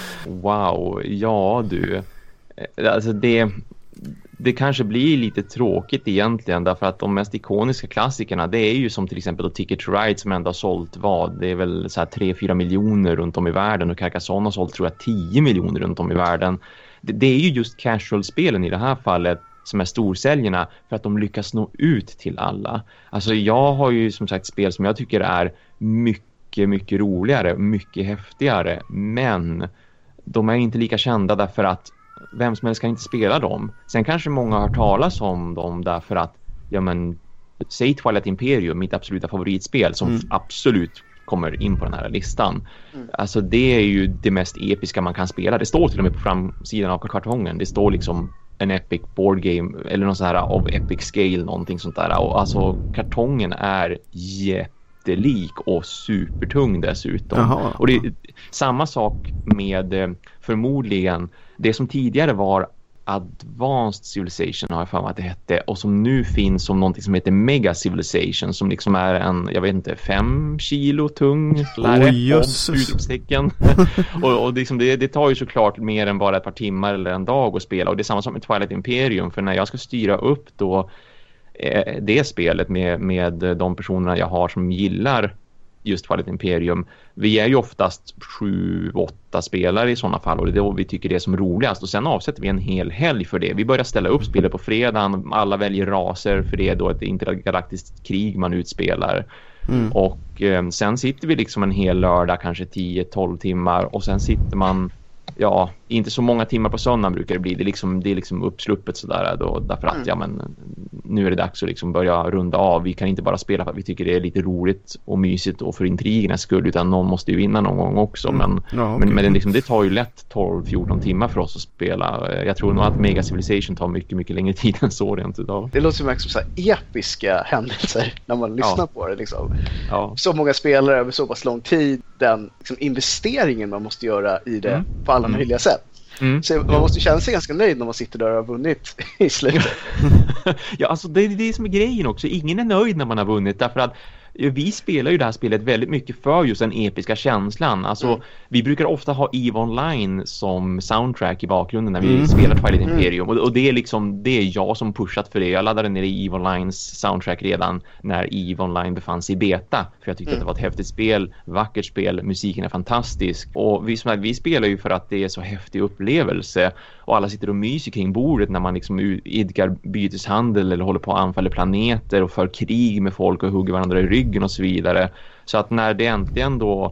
Wow, ja du. Alltså det, det kanske blir lite tråkigt egentligen, därför att de mest ikoniska klassikerna, det är ju som till exempel Ticket to Ride som ändå har sålt vad? Det är väl så här tre fyra miljoner runt om i världen, och Carcassonne har sålt tror jag tio miljoner runt om i världen. Det, det är ju just casual-spelen i det här fallet som är storsäljarna, för att de lyckas nå ut till alla. Alltså jag har ju som sagt spel som jag tycker är mycket, mycket roligare, mycket häftigare, men de är inte lika kända därför att vem som helst kan inte spela dem. Sen kanske många har hört talas om dem därför att, ja men, säg Twilight Imperium, mitt absoluta favoritspel som Mm. absolut kommer in på den här listan. Mm. Alltså det är ju det mest episka man kan spela. Det står till och med på framsidan av kartongen. Det står liksom en epic board game eller någon sån här of epic scale, någonting sånt där. Och alltså kartongen är jättelik och supertung dessutom. Jaha. Och det är samma sak med eh, förmodligen det som tidigare var Advanced Civilization, har jag för mig att det hette, och som nu finns som någonting som heter Mega Civilization, som liksom är en, jag vet inte, fem kilo tung lärare, Oj, jösses. utropstecken. och och liksom det, det tar ju såklart mer än bara ett par timmar eller en dag att spela, och det är samma som med Twilight Imperium, för när jag ska styra upp då eh, det spelet med, med de personerna jag har som gillar just Twilight Imperium, vi är ju oftast sju, åtta spelare i sådana fall, och det är då vi tycker det är som roligast, och sen avsätter vi en hel helg för det. Vi börjar ställa upp spelet på fredagen, alla väljer raser, för det är då ett intergalaktiskt krig man utspelar. Mm. Och eh, sen sitter vi liksom en hel lördag, kanske tio tolv timmar, och sen sitter man, ja, inte så många timmar på söndagen brukar det bli. Det är liksom, det är liksom uppsluppet sådär då, därför att Mm. ja, men nu är det dags att liksom börja runda av. Vi kan inte bara spela för att vi tycker det är lite roligt och mysigt och för intrigernas skull, utan någon måste ju vinna någon gång också. Mm. Men, Ja, okej. men, men det, liksom, det tar ju lätt tolv fjorton timmar för oss att spela. Jag tror nog att Mega Civilization tar mycket, mycket längre tid än så rent utav. Det låter som, som så här episka händelser när man lyssnar Ja. på det. Liksom. Ja. Så många spelare över så pass lång tid, den liksom, investeringen man måste göra i det Mm. på alla Mm. möjliga sätt. Mm. Så man måste känna sig ganska nöjd när man sitter där och har vunnit i slutet. Ja, alltså det är det som är grejen också. Ingen är nöjd när man har vunnit, därför att vi spelar ju det här spelet väldigt mycket för just den episka känslan. Alltså, Mm. vi brukar ofta ha EVE Online som soundtrack i bakgrunden när vi Mm. spelar Twilight Mm. Imperium. Och, och det är liksom, det är jag som pushat för det. Jag laddade ner i EVE Onlines soundtrack redan när EVE Online befann sig i beta. För jag tyckte Mm. att det var ett häftigt spel, vackert spel, musiken är fantastisk. Och vi, som sagt, vi spelar ju för att det är så häftig upplevelse. Och alla sitter och myser kring bordet när man liksom idkar byteshandel eller håller på att anfalla planeter och för krig med folk och hugger varandra i ryggen och så vidare. Så att när det äntligen då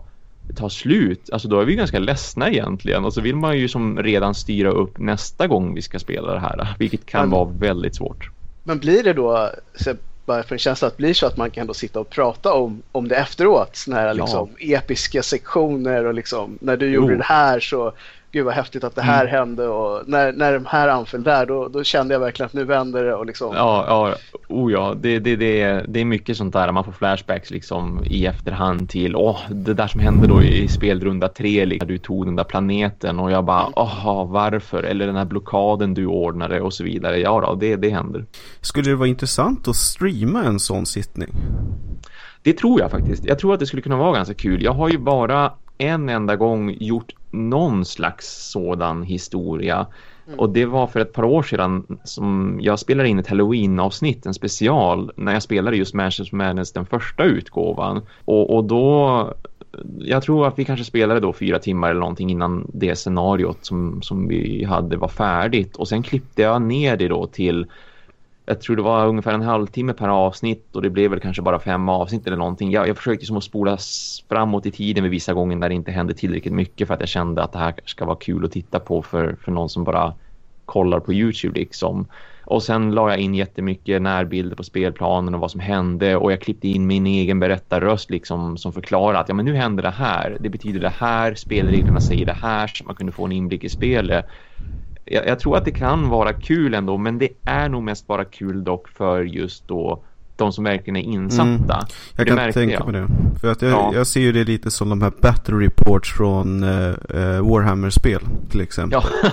tar slut, alltså då är vi ganska ledsna egentligen. Och så vill man ju som redan styra upp nästa gång vi ska spela det här, vilket kan men, vara väldigt svårt. Men blir det då, så bara för en känsla att det blir så att man kan då sitta och prata om, om det efteråt, såna här liksom ja. episka sektioner och liksom, när du gjorde jo. det här så gud vad häftigt att det här mm. hände och när, när de här anföll där då, då kände jag verkligen att nu vänder det och liksom... Ja, ja, oh ja det, det, det, är, det är mycket sånt där, man får flashbacks liksom i efterhand till åh, det där som hände då i spelrunda tre, liksom, du tog den där planeten och jag bara, åh, varför? Eller den här blockaden du ordnade och så vidare. Ja då, det, det händer. Skulle det vara intressant att streama en sån sittning? Det tror jag faktiskt. Jag tror att det skulle kunna vara ganska kul. Jag har ju bara en enda gång gjort någon slags sådan historia. Mm. Och det var för ett par år sedan som jag spelade in ett Halloween-avsnitt, en special, när jag spelade just Manchester Madness, den första utgåvan. Och, och då, jag tror att vi kanske spelade då fyra timmar eller någonting innan det scenariot som, som vi hade var färdigt. Och sen klippte jag ner det då till, jag tror det var ungefär en halvtimme per avsnitt och det blev väl kanske bara fem avsnitt eller någonting. Jag, jag försökte som att spola framåt i tiden med vissa gånger där det inte hände tillräckligt mycket för att jag kände att det här ska vara kul att titta på för, för någon som bara kollar på YouTube liksom. Och sen la jag in jättemycket närbilder på spelplanen och vad som hände och jag klippte in min egen berättarröst liksom som förklarar att ja men nu händer det här. Det betyder det här, spelreglerna säger det här så man kunde få en inblick i spelet. Jag, jag tror att det kan vara kul ändå, men det är nog mest bara kul dock för just då de som verkligen är insatta. Mm. Jag kan tänka jag. på det. För att jag, ja. jag ser ju det lite som de här battle reports från uh, uh, Warhammer-spel till exempel. Ja.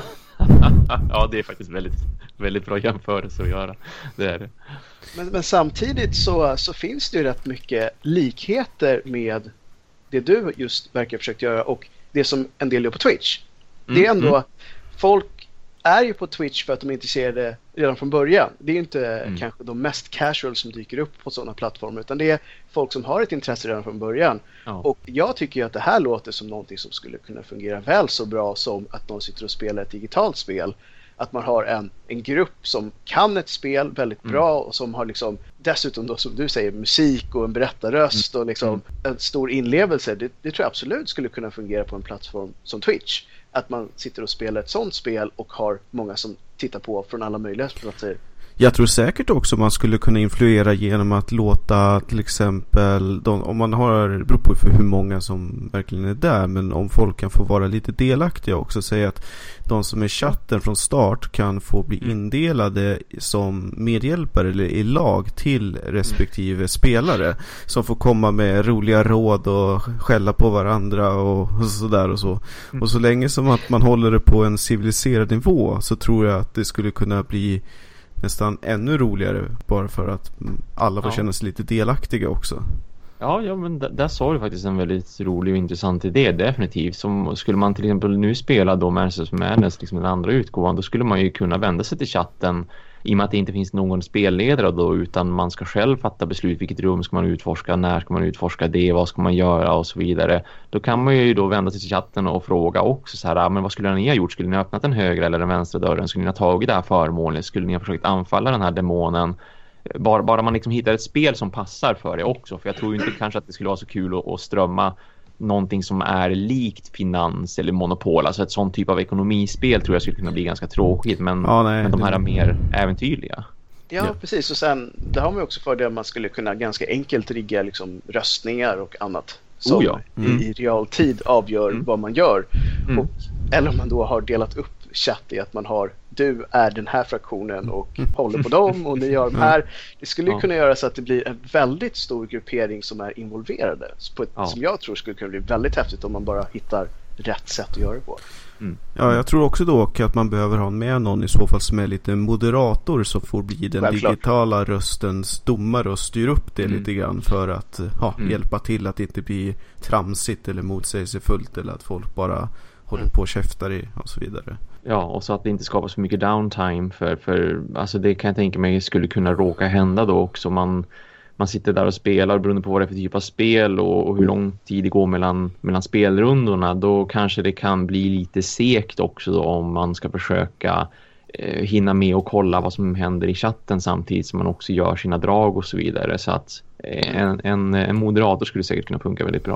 Ja, det är faktiskt väldigt, väldigt bra jämförelse att göra. Det är det. Men, men samtidigt så, så finns det ju rätt mycket likheter med det du just verkar försökt göra och det som en del gör på Twitch. Mm, det är ändå mm. folk är ju på Twitch för att de är intresserade redan från början. Det är ju inte mm. kanske de mest casual som dyker upp på sådana plattformar utan det är folk som har ett intresse redan från början. Oh. Och jag tycker ju att det här låter som någonting som skulle kunna fungera väl så bra som att någon sitter och spelar ett digitalt spel. Att man har en, en grupp som kan ett spel väldigt bra mm. och som har liksom dessutom då som du säger musik och en berättarröst mm. och liksom mm. en stor inlevelse. Det, det tror jag absolut skulle kunna fungera på en plattform som Twitch. Att man sitter och spelar ett sånt spel och har många som tittar på från alla möjliga platser. Jag tror säkert också man skulle kunna influera genom att låta till exempel de, om man har, det beror på för hur många som verkligen är där, men om folk kan få vara lite delaktiga också, säga att de som är chatten från start kan få bli indelade som medhjälpare eller i lag till respektive spelare som får komma med roliga råd och skälla på varandra och sådär och så. Och så länge som att man håller det på en civiliserad nivå så tror jag att det skulle kunna bli nästan ännu roligare bara för att alla får ja. känna sig lite delaktiga också. Ja, ja men d- där sa du faktiskt en väldigt rolig och intressant idé, definitivt. Som skulle man till exempel nu spela då Manchester Madness, liksom den andra utgåvan, då skulle man ju kunna vända sig till chatten i och med att det inte finns någon spelledare då, utan man ska själv fatta beslut, vilket rum ska man utforska, när ska man utforska det, vad ska man göra och så vidare. Då kan man ju då vända sig till chatten och fråga också så här, men vad skulle ni ha gjort? Skulle ni ha öppnat den högra eller den vänstra dörren? Skulle ni ha tagit det här föremålet? Skulle ni ha försökt anfalla den här demonen? Bara, bara man liksom hittar ett spel som passar för det också, för jag tror inte kanske att det skulle vara så kul att, att strömma någonting som är likt finans eller monopol, alltså ett sånt typ av ekonomispel tror jag skulle kunna bli ganska tråkigt, men, ja, nej, men de här är mer äventyrliga. Ja, ja, precis, och sen det har man också för det att man skulle kunna ganska enkelt rigga liksom röstningar och annat som oh ja. mm. i, i realtid avgör mm. vad man gör. Mm. Och, eller om man då har delat upp chatt i att man har du är den här fraktionen och mm. håller på dem och ni gör de här. Det skulle ja. kunna göra så att det blir en väldigt stor gruppering som är involverade på ett, ja. som jag tror skulle kunna bli väldigt häftigt om man bara hittar rätt sätt att göra det på. Mm. Ja, jag tror också då att man behöver ha med någon i så fall som är lite moderator som får bli den Självklart. digitala röstens domare och styr upp det mm. lite grann för att ja, mm. hjälpa till att det inte bli tramsigt eller motsägelsefullt eller att folk bara håller på och käftar i och så vidare. Ja, och så att det inte skapas för mycket downtime för, för alltså det kan jag tänka mig skulle kunna råka hända då också. Man, man sitter där och spelar beroende på vad det är för typ av spel och, och hur lång tid det går mellan, mellan spelrundorna. Då kanske det kan bli lite segt också då, om man ska försöka eh, hinna med och kolla vad som händer i chatten samtidigt som man också gör sina drag och så vidare. Så att eh, en, en, en moderator skulle säkert kunna funka väldigt bra.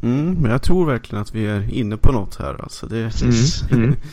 Mm, men jag tror verkligen att vi är inne på något här. Alltså det, Mm. Mm.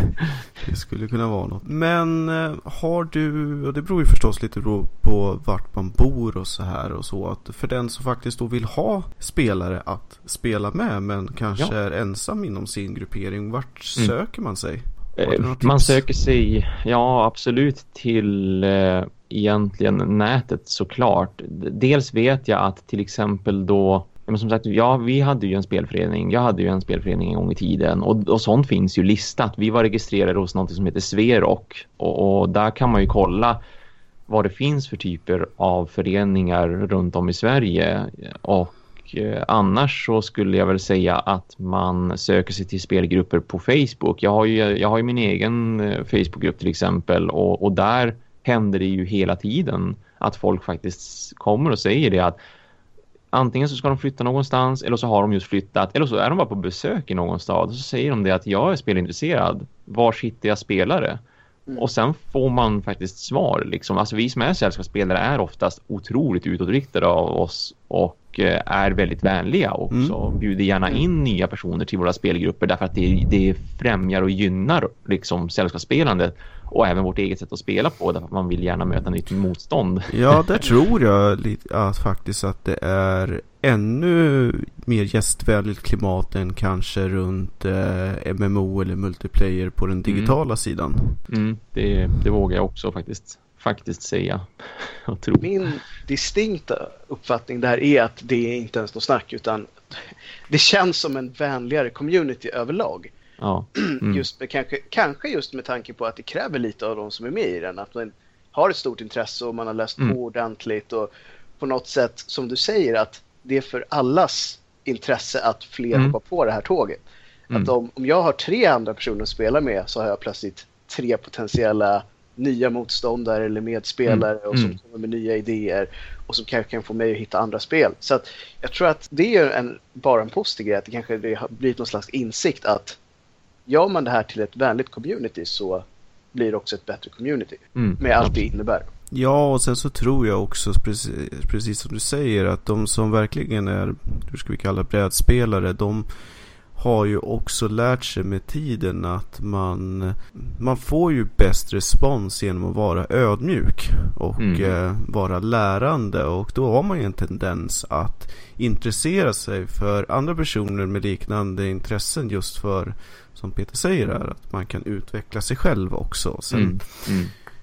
det skulle kunna vara något. Men eh, har du, och det beror ju förstås lite på vart man bor och så här och så, att för den som faktiskt då vill ha spelare att spela med men kanske ja. är ensam inom sin gruppering, vart mm. söker man sig? Man söker sig, ja absolut, till eh, egentligen nätet såklart. Dels vet jag att till exempel då, men som sagt, ja, vi hade ju en spelförening. Jag hade ju en spelförening en gång i tiden. Och, och sånt finns ju listat. Vi var registrerade hos något som heter Sverok. Och, och där kan man ju kolla vad det finns för typer av föreningar runt om i Sverige. Och eh, annars så skulle jag väl säga att man söker sig till spelgrupper på Facebook. Jag har ju, jag har ju min egen eh, Facebookgrupp till exempel. Och, och där händer det ju hela tiden att folk faktiskt kommer och säger det, att antingen så ska de flytta någonstans, eller så har de just flyttat, eller så är de bara på besök i någon stad och så säger de det att jag är spelintresserad. Var hittar jag spelare? Mm. Och sen får man faktiskt svar. Liksom. Alltså vi som är sällskapsspelare är oftast otroligt utåtriktade av oss och eh, är väldigt vänliga också. Mm. Bjuder gärna in nya personer till våra spelgrupper därför att det, det främjar och gynnar liksom sällskapsspelandet. Och även vårt eget sätt att spela på, därför att man vill gärna möta nytt motstånd. Ja, där tror jag lite att faktiskt att det är ännu mer gästvänligt klimat än kanske runt eh, M M O eller multiplayer på den digitala mm. sidan. Mm, det, det vågar jag också faktiskt, faktiskt säga och tro. Min distinkta uppfattning där är att det är inte ens något snack, utan det känns som en vänligare community överlag. Ja. Mm. Just med, kanske, kanske just med tanke på att det kräver lite av de som är med i den. Att man har ett stort intresse och man har läst mm. på ordentligt. Och på något sätt, som du säger, att det är för allas intresse att fler mm. hoppar på det här tåget. Mm. Att om, om jag har tre andra personer att spela med, så har jag plötsligt tre potentiella nya motståndare eller medspelare mm. och som kommer med nya idéer och som kanske kan få mig att hitta andra spel. Så att jag tror att det är en, bara en positiv grej, att det kanske det har blivit någon slags insikt att gör man det här till ett vänligt community så blir det också ett bättre community mm. med allt det innebär. Ja, och sen så tror jag också precis, precis som du säger att de som verkligen är, hur ska vi kalla brädspelare, de har ju också lärt sig med tiden att man man får ju bäst respons genom att vara ödmjuk och mm. eh, vara lärande, och då har man ju en tendens att intressera sig för andra personer med liknande intressen, just för, som Peter säger här, att man kan utveckla sig själv också. Sen mm. Mm.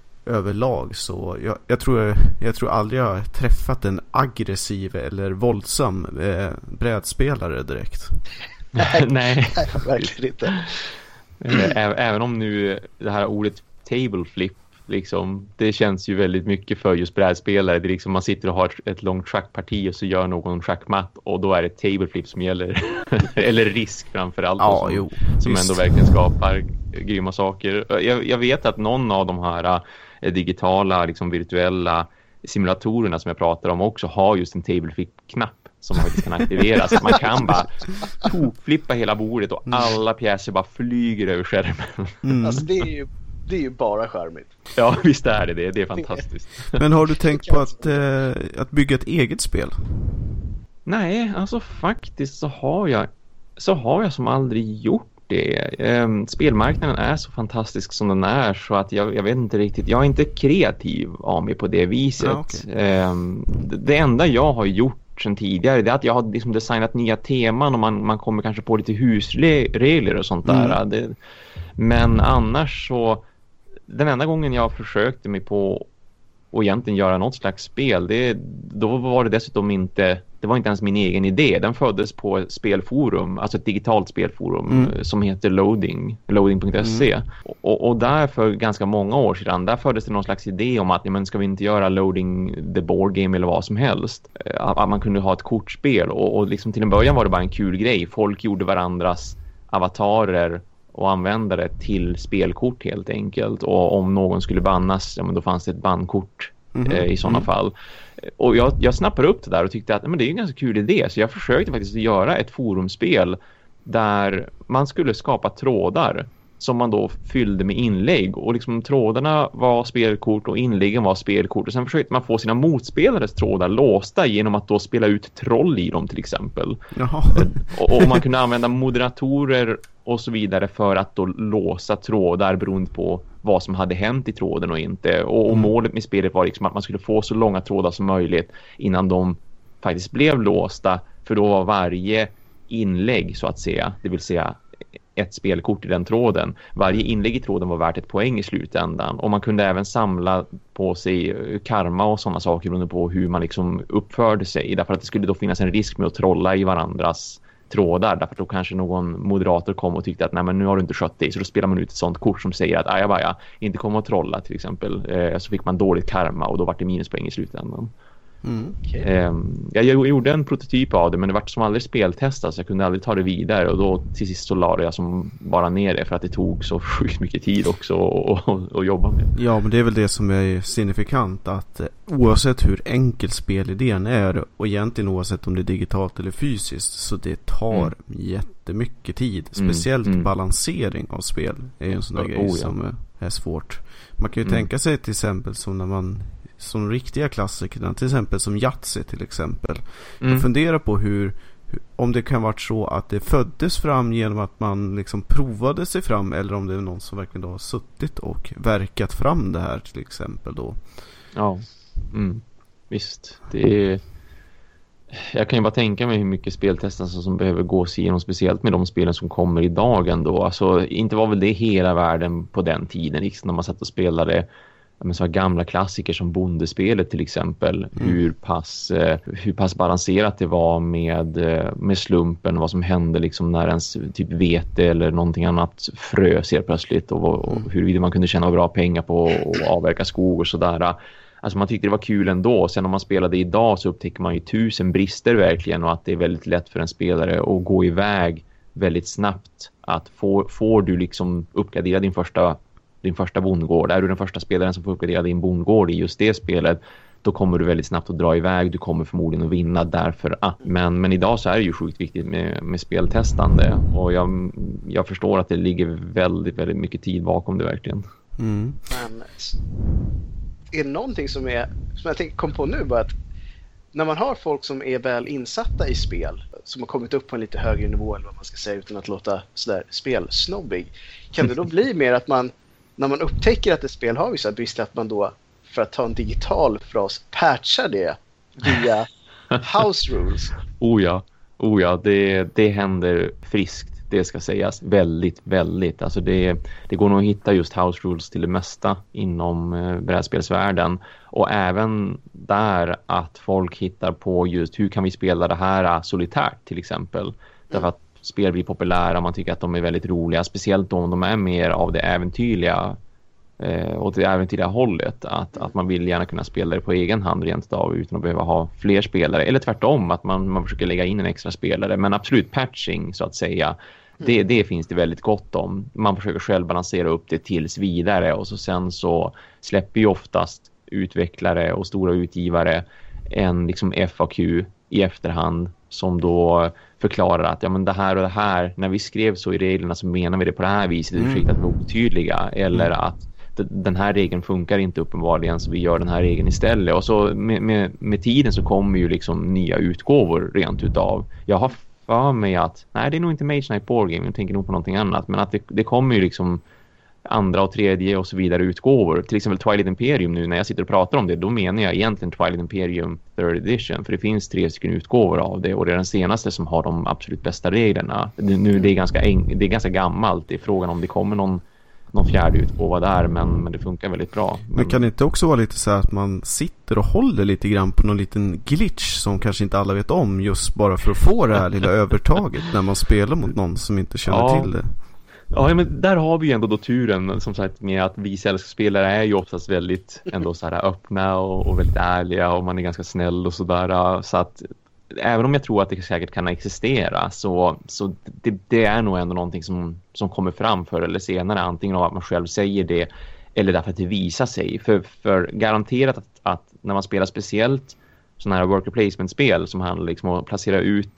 överlag så jag, jag, tror, jag tror aldrig jag har träffat en aggressiv eller våldsam eh, brädspelare direkt. Nej, Nej. verkligen inte. Även om nu det här ordet table flip liksom, det känns ju väldigt mycket för just brädspelare. Det är liksom man sitter och har ett långt schackparti och så gör någon schackmatt och då är det table flip som gäller. Eller risk framförallt. Ja, som, jo, som ändå verkligen skapar grymma saker. Jag, jag vet att någon av de här äh, digitala, liksom virtuella simulatorerna som jag pratar om också har just en table flip-knapp som faktiskt kan aktiveras. Så man kan bara flippa hela bordet och alla pjäser bara flyger över skärmen. Mm. Alltså det är ju det är ju bara charmigt. Ja, visst är det det. Det är fantastiskt. Men har du tänkt på att, eh, att bygga ett eget spel? Nej, alltså faktiskt så har jag så har jag som aldrig gjort det. Eh, spelmarknaden är så fantastisk som den är, så att jag, jag vet inte riktigt. Jag är inte kreativ av mig på det viset. Ah, okay. eh, det, det enda jag har gjort sen tidigare, det är att jag har liksom designat nya teman och man, man kommer kanske på lite husregler och sånt där. Mm. Det, men annars så den enda gången jag försökte mig på och egentligen göra något slags spel, det, då var det dessutom inte det var inte ens min egen idé. Den föddes på ett spelforum, alltså ett digitalt spelforum mm. som heter Loading, loading punkt se. Mm. Och, och där för ganska många år sedan, där föddes det någon slags idé om att ja, men ska vi inte göra Loading the board game eller vad som helst. Att, att man kunde ha ett kortspel och, och liksom till en början var det bara en kul grej. Folk gjorde varandras avatarer och användare till spelkort helt enkelt. Och om någon skulle bannas, ja, men då fanns det ett bandkort mm. eh, i sådana mm. fall. Och jag, jag snappade upp det där och tyckte att men det är en ganska kul idé. Så jag försökte faktiskt göra ett forumspel där man skulle skapa trådar som man då fyllde med inlägg. Och liksom trådarna var spelkort och inläggen var spelkort. Och sen försökte man få sina motspelares trådar låsta genom att då spela ut troll i dem till exempel. Jaha. Och, och man kunde använda moderatorer och så vidare för att då låsa trådar beroende på vad som hade hänt i tråden och inte. Och, och målet med spelet var liksom att man skulle få så långa trådar som möjligt innan de faktiskt blev låsta. För då var varje inlägg så att säga, det vill säga ett spelkort i den tråden. Varje inlägg i tråden var värt ett poäng i slutändan. Och man kunde även samla på sig karma och sådana saker beroende på hur man liksom uppförde sig. Därför att det skulle då finnas en risk med att trolla i varandras trådar. Därför att då kanske någon moderator kom och tyckte att nej, men nu har du inte skött dig. Så då spelar man ut ett sånt kort som säger att ajabaja, inte komma och trolla till exempel. Eh, så fick man dåligt karma och då var det minuspoäng i slutändan. Mm. Okay. Eh, jag gjorde en prototyp av det, men det var som aldrig speltestat så jag kunde aldrig ta det vidare. Och då till sist så lade jag som bara ner det för att det tog så sjukt mycket tid också att jobba med. Ja, men det är väl det som är signifikant, att oavsett hur enkel spelidén är och egentligen oavsett om det är digitalt eller fysiskt, så det tar mm. jättemycket tid. Speciellt mm. balansering av spel är en sån där oh, grej oh, ja. som är svårt. Man kan ju mm. tänka sig till exempel som när man som riktiga klassiker, till exempel som Yatzy till exempel. Mm. Jag funderar på hur, hur om det kan vara så att det föddes fram genom att man liksom provade sig fram, eller om det är någon som verkligen då har suttit och verkat fram det här till exempel då. Ja, mm. visst. Det är... Jag kan ju bara tänka mig hur mycket speltestare som behöver gås igenom, speciellt med de spelen som kommer idag ändå. Alltså, inte var väl det hela världen på den tiden, liksom när man satt och spelade men så gamla klassiker som Bondespelet till exempel, mm. hur pass eh, hur pass balanserat det var med med slumpen, vad som hände liksom när ens typ vete eller någonting annat frös helt plötsligt, och, och huruvida man kunde tjäna bra pengar på att avverka skog och sådär. Alltså man tyckte det var kul ändå. Sen om man spelade idag så upptäcker man ju tusen brister verkligen, och att det är väldigt lätt för en spelare att gå iväg väldigt snabbt. Att få, får du liksom uppgradera din första din första bondgård. Är du den första spelaren som får uppgradera din bondgård i just det spelet, då kommer du väldigt snabbt att dra iväg. Du kommer förmodligen att vinna därför att. Men, men idag så är det ju sjukt viktigt med, med speltestande. Och jag, jag förstår att det ligger väldigt, väldigt mycket tid bakom det verkligen. Mm. Men är det någonting som är som jag tänker kom på nu, bara att när man har folk som är väl insatta i spel, som har kommit upp på en lite högre nivå eller vad man ska säga utan att låta sådär spelsnobbig, kan det då bli mer att man när man upptäcker att ett spel har vissa brister, att man då, för att ta en digital fras, patchar det via house rules? Oh ja, oh ja det, det händer friskt, det ska sägas, väldigt, väldigt. Alltså det, det går nog att hitta just house rules till det mesta inom eh, brädspelsvärlden. Och även där att folk hittar på just hur kan vi spela det här solitärt till exempel. Mm. Därför att spel blir populära, man tycker att de är väldigt roliga, speciellt om de är mer av det äventyrliga eh, åt det äventyrliga hållet, att, att man vill gärna kunna spela det på egen hand rent av utan att behöva ha fler spelare, eller tvärtom att man, man försöker lägga in en extra spelare, men absolut patching så att säga, det, det finns det väldigt gott om. Man försöker själv balansera upp det tills vidare, och så sen så släpper ju oftast utvecklare och stora utgivare en liksom F A Q i efterhand som då förklarar att ja, men det här och det här, när vi skrev så i reglerna så menar vi det på det här viset, mm. ursäkta att vi är otydliga, eller mm. att d- den här regeln funkar inte uppenbarligen så vi gör den här regeln istället. Och så med, med, med tiden så kommer ju liksom nya utgåvor rent utav. Jag har för mig att, nej det är nog inte Mage Knight Board Game, jag tänker nog på någonting annat, men att det, det kommer ju liksom andra och tredje och så vidare utgåvor. Till exempel Twilight Imperium nu, när jag sitter och pratar om det, då menar jag egentligen Twilight Imperium third edition, för det finns tre stycken utgåvor av det, och det är den senaste som har de absolut bästa reglerna. Det, nu, det, är ganska en, det är ganska gammalt, det är frågan om det kommer någon, någon fjärde utgåva där, men, men det funkar väldigt bra. Men, men kan det inte också vara lite så att man sitter och håller lite grann på någon liten glitch som kanske inte alla vet om, just bara för att få det här lilla övertaget när man spelar mot någon som inte känner ja. till det? Ja, men där har vi ju ändå då turen, som sagt, med att vi sällskapsspelare är ju oftast väldigt ändå så här öppna och, och väldigt ärliga, och man är ganska snäll och sådär, så att även om jag tror att det säkert kan existera, så, så det, det är nog ändå någonting som, som kommer fram förr eller senare, antingen av att man själv säger det eller därför att det visar sig, för, för garanterat att, att när man spelar speciellt sådana här worker placement-spel som handlar liksom om att placera ut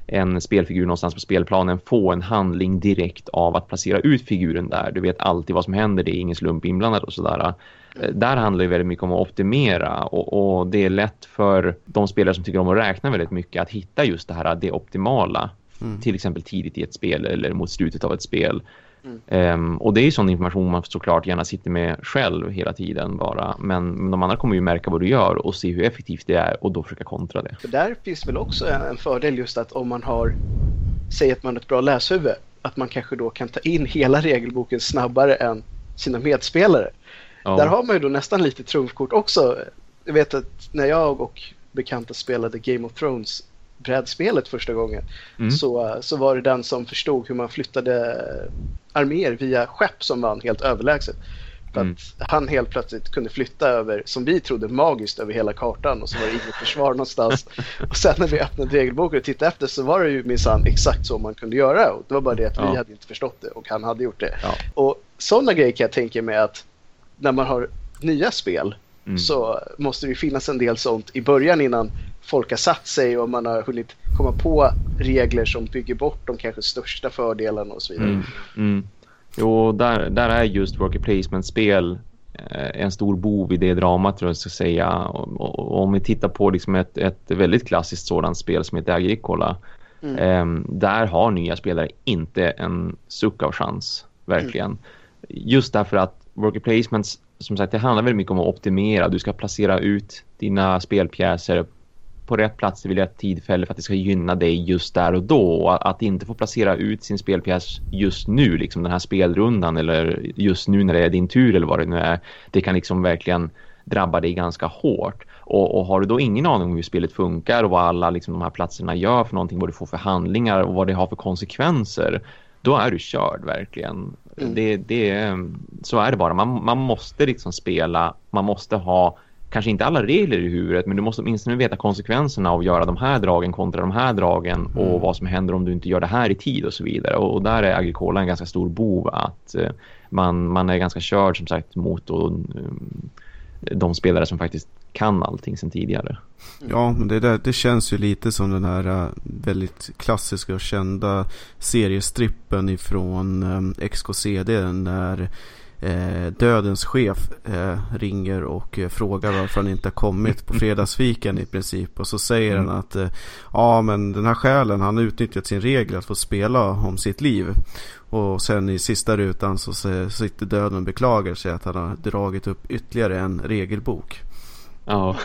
en spelfigur någonstans på spelplanen få en handling direkt av att placera ut figuren där. Du vet alltid vad som händer, det är ingen slump inblandad och sådär. Där handlar det väldigt mycket om att optimera och, och det är lätt för de spelare som tycker om att räkna väldigt mycket att hitta just det här, det optimala. Mm. Till exempel tidigt i ett spel eller mot slutet av ett spel. Mm. Um, och det är ju sån information man såklart gärna sitter med själv hela tiden bara. Men, men de andra kommer ju märka vad du gör och se hur effektivt det är och då försöka kontra det. För där finns väl också en, en fördel just att om man har, säg att man har ett bra läshuvud, att man kanske då kan ta in hela regelboken snabbare än sina medspelare. Ja. Där har man ju då nästan lite trumfkort också. Jag vet att när jag och bekanta spelade Game of Thrones brädspelet första gången mm. så, så var det den som förstod hur man flyttade arméer via skepp som vann helt överlägset. För mm. att han helt plötsligt kunde flytta över, som vi trodde magiskt, över hela kartan och så var det inget försvar någonstans. Och sen när vi öppnade regelboken och tittade efter så var det ju minsann exakt så man kunde göra. Och det var bara det att ja. vi hade inte förstått det och han hade gjort det. Ja. Och sådana grejer kan jag tänka mig att när man har nya spel mm. så måste det ju finnas en del sånt i början innan folk har satt sig och man har hunnit komma på regler som bygger bort de kanske största fördelarna och så vidare. Mm. Mm. Jo, där, där är just worker placement-spel eh, en stor bov i det dramat, tror jag ska säga. Och, och, och om vi tittar på liksom ett, ett väldigt klassiskt sådant spel som heter Agricola, mm. eh, där har nya spelare inte en suck av chans, verkligen. Mm. Just därför att worker placements, som sagt, det handlar väldigt mycket om att optimera. Du ska placera ut dina spelpjäser på rätt plats vid rätt tillfälle för att det ska gynna dig just där och då. Och att inte få placera ut sin spelpjäs just nu, liksom den här spelrundan, eller just nu när det är din tur eller vad det nu är, det kan liksom verkligen drabba dig ganska hårt. Och, och har du då ingen aning om hur spelet funkar och vad alla liksom, de här platserna gör för någonting, vad du får för handlingar och vad det har för konsekvenser, då är du körd verkligen. Mm. Det, det, så är det bara. Man, man måste liksom spela, man måste ha kanske inte alla regler i huvudet, men du måste åtminstone veta konsekvenserna av att göra de här dragen kontra de här dragen mm. och vad som händer om du inte gör det här i tid och så vidare. Och, och där är Agricola en ganska stor bov, att uh, man, man är ganska körd som sagt mot och, um, de spelare som faktiskt kan allting sedan tidigare. Ja, men det, där, det känns ju lite som den här uh, väldigt klassiska och kända seriestrippen ifrån um, X K C D, när Eh, dödens chef eh, ringer och eh, frågar varför han inte har kommit på fredagsfiken i princip, och så säger mm. han att eh, ja men den här själen, han har utnyttjat sin regel att få spela om sitt liv, och sen i sista rutan så, så sitter döden och beklagar sig att han har dragit upp ytterligare en regelbok. Ja,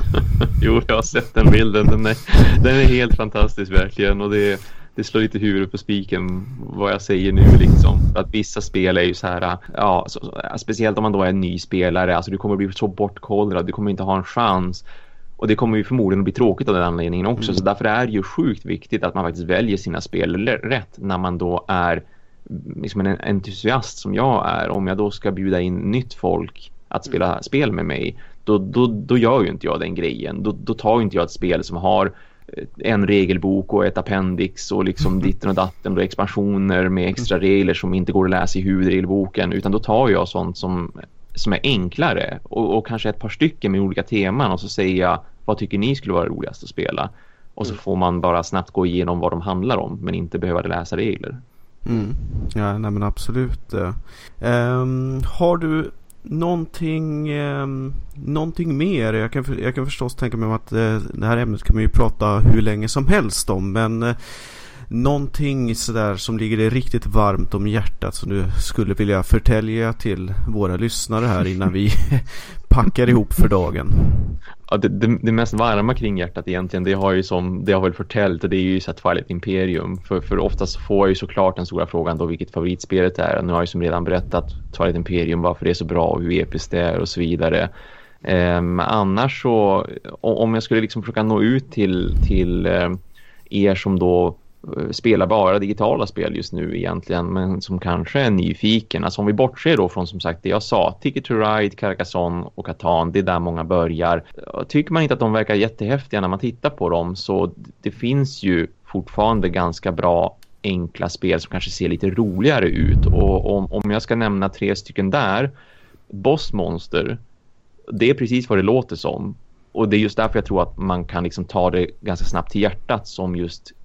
jo, jag har sett den bilden, den är, den är helt fantastisk verkligen, och det är Det slår lite huvudet på spiken vad jag säger nu liksom. Att vissa spel är ju så här, ja, så, så, speciellt om man då är en ny spelare, alltså du kommer bli så bortkollrad, du kommer inte ha en chans. Och det kommer ju förmodligen att bli tråkigt av den anledningen också. Mm. Så därför är det ju sjukt viktigt att man faktiskt väljer sina spel rätt när man då är liksom en entusiast som jag är. Om jag då ska bjuda in nytt folk att spela mm. spel med mig, då, då, då gör ju inte jag den grejen. Då, då tar ju inte jag ett spel som har en regelbok och ett appendix och liksom ditten och datten och expansioner med extra regler som inte går att läsa i huvudregelboken, utan då tar jag sånt som, som är enklare och, och kanske ett par stycken med olika teman, och så säger jag, vad tycker ni skulle vara roligast att spela? Och så får man bara snabbt gå igenom vad de handlar om, men inte behöva läsa regler. Mm. Ja, nej men absolut. Um, har du Någonting, eh, någonting mer? Jag kan, jag kan förstås tänka mig att eh, det här ämnet kan man ju prata hur länge som helst om, men eh, någonting sådär som ligger dig riktigt varmt om hjärtat som du skulle vilja förtälja till våra lyssnare här innan vi packar ihop för dagen. Ja, det, det, det mest varma kring hjärtat egentligen, det har ju som det har väl förtällt, och det är ju så att Twilight Imperium, för, för oftast får jag ju såklart den stora frågan då vilket favoritspelet är. Nu har jag ju som redan berättat Twilight Imperium, varför det är så bra och hur episkt det är och så vidare. Um, annars så, om jag skulle liksom försöka nå ut till, till um, er som då spelar bara digitala spel just nu egentligen, men som kanske är nyfiken. Alltså om vi bortser då från som sagt det jag sa, Ticket to Ride, Carcassonne och Catan, det är där många börjar. Tycker man inte att de verkar jättehäftiga när man tittar på dem, så det finns ju fortfarande ganska bra enkla spel som kanske ser lite roligare ut. Och om, om jag ska nämna tre stycken där, Boss Monster, det är precis vad det låter som. Och det är just därför jag tror att man kan liksom ta det ganska snabbt till hjärtat som just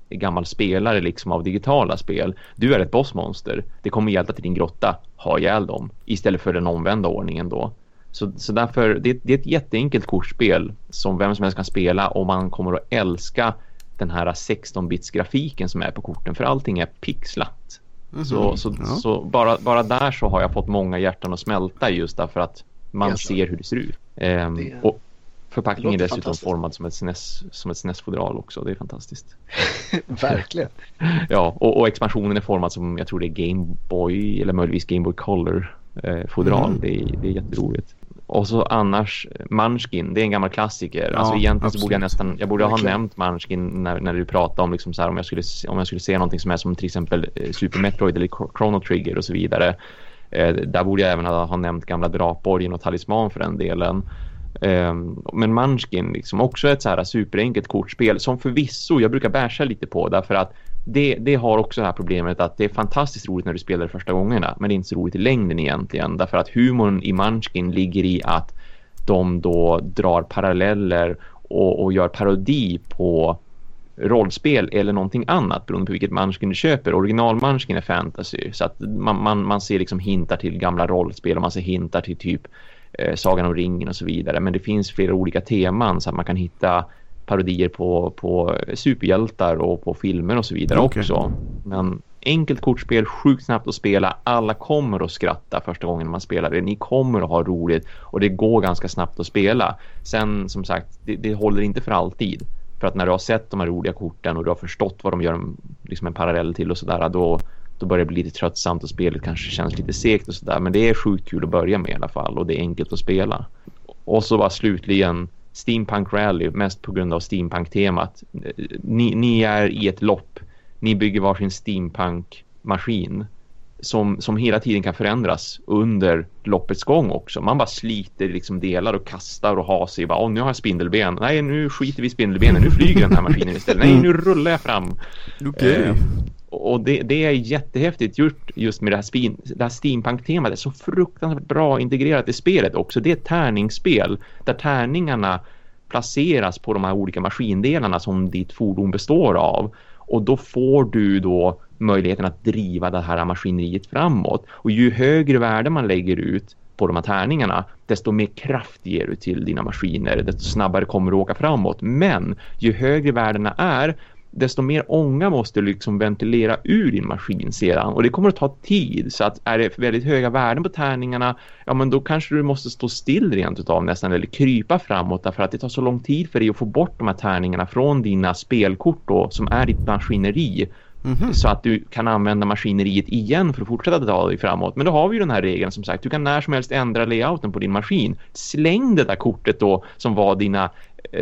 gammal spelare liksom av digitala spel. Du är ett bossmonster. Det kommer hjälpa till din grotta. Ha ihjäl dem. Istället för den omvända ordningen då. Så, så därför, det, det är ett jätteenkelt kortspel som vem som helst kan spela och man kommer att älska den här sexton-bits grafiken som är på korten. För allting är pixlat. Mm-hmm. Så, så, ja. så bara, bara där så har jag fått många hjärtan att smälta just därför att man yes. ser hur det ser ut. Ehm, det, och förpackningen är dessutom formad som ett S N E S, som ett S N E S-fodral också. Det är fantastiskt. Verkligen. Ja, och, och expansionen är formad som jag tror det är Game Boy eller möjligtvis Game Boy Color eh, fodral. Mm. Det, är, det är jätteroligt. Och så annars Munchkin, det är en gammal klassiker. Ja, alltså egentligen absolut. Så borde jag nästan jag borde ha verkligen nämnt Munchkin när, när du pratade om liksom så här, om jag skulle om jag skulle se någonting som är som till exempel Super Metroid eller Chrono Trigger och så vidare. Eh, där borde jag även ha, ha nämnt gamla Draporgen och Talisman för den delen. Eh, men Munchkin liksom också ett så här superenkelt kortspel som förvisso jag brukar bärsa lite på därför att Det, det har också det här problemet att det är fantastiskt roligt när du spelar det första gångerna, men det är inte så roligt i längden egentligen, därför att humorn i Munchkin ligger i att de då drar paralleller och, och gör parodi på rollspel eller någonting annat beroende på vilket Munchkin du köper. Original Munchkin är fantasy, så att man, man, man ser liksom hintar till gamla rollspel och man ser hintar till typ eh, Sagan om ringen och så vidare, men det finns flera olika teman så att man kan hitta parodier på, på superhjältar och på filmer och så vidare okay. också. Men enkelt kortspel, sjukt snabbt att spela. Alla kommer att skratta första gången man spelar det. Ni kommer att ha roligt och det går ganska snabbt att spela. Sen som sagt, det, det håller inte för alltid. För att när du har sett de här roliga korten och du har förstått vad de gör liksom en parallell till och sådär, då, då börjar det bli lite tröttsamt och spelet kanske känns lite segt och sådär. Men det är sjukt kul att börja med i alla fall och det är enkelt att spela. Och så bara slutligen Steampunk Rally, mest på grund av steampunk-temat. Ni, ni är i ett lopp. Ni bygger varsin steampunk-maskin som, som hela tiden kan förändras under loppets gång också. Man bara sliter liksom delar och kastar och har sig. Bara, åh, nu har jag spindelben. Nej, nu skiter vi i spindelbenen. Nu flyger den här maskinen istället. Nej, nu rullar jag fram. Okay. Eh, och det, det är jättehäftigt gjort just med det här, spin, det här steampunk-temat. Det är så fruktansvärt bra integrerat i spelet också. Det är ett tärningsspel där tärningarna placeras på de här olika maskindelarna som ditt fordon består av. Och då får du då möjligheten att driva det här maskineriet framåt. Och ju högre värde man lägger ut på de här tärningarna, desto mer kraft ger du till dina maskiner. Desto snabbare kommer du åka framåt. Men ju högre värdena är, desto mer ånga måste du liksom ventilera ur din maskin sedan. Och det kommer att ta tid. Så att är det väldigt höga värden på tärningarna, ja men då kanske du måste stå still rent utav nästan eller krypa framåt. Därför att det tar så lång tid för dig att få bort de här tärningarna från dina spelkort då, som är ditt maskineri. Mm-hmm. Så att du kan använda maskineriet igen för att fortsätta ta dig framåt. Men då har vi ju den här regeln som sagt. Du kan när som helst ändra layouten på din maskin. Släng det där kortet då som var dina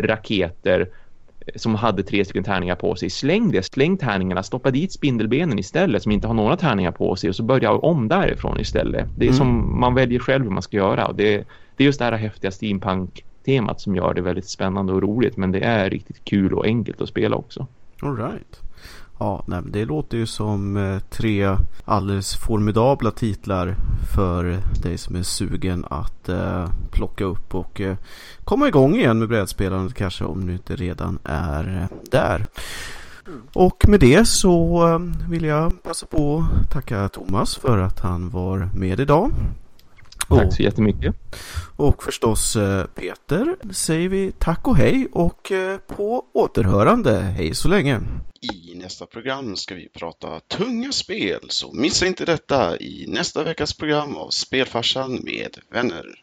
raketer som hade tre stycken tärningar på sig. Släng det, släng tärningarna, stoppa dit spindelbenen istället som inte har några tärningar på sig och så börja om därifrån istället. Det är mm. som man väljer själv hur man ska göra och det, det är just det här häftiga steampunk-temat som gör det väldigt spännande och roligt, men det är riktigt kul och enkelt att spela också. All right. Ja, nej, det låter ju som eh, tre alldeles formidabla titlar för dig som är sugen att eh, plocka upp och eh, komma igång igen med brädspelandet kanske om du inte redan är eh, där. Och med det så eh, vill jag passa på att tacka Thomas för att han var med idag. Tack så jättemycket. Och förstås Peter säger vi tack och hej och på återhörande. Hej så länge. I nästa program ska vi prata tunga spel, så missa inte detta i nästa veckas program av Spelfarsan med vänner.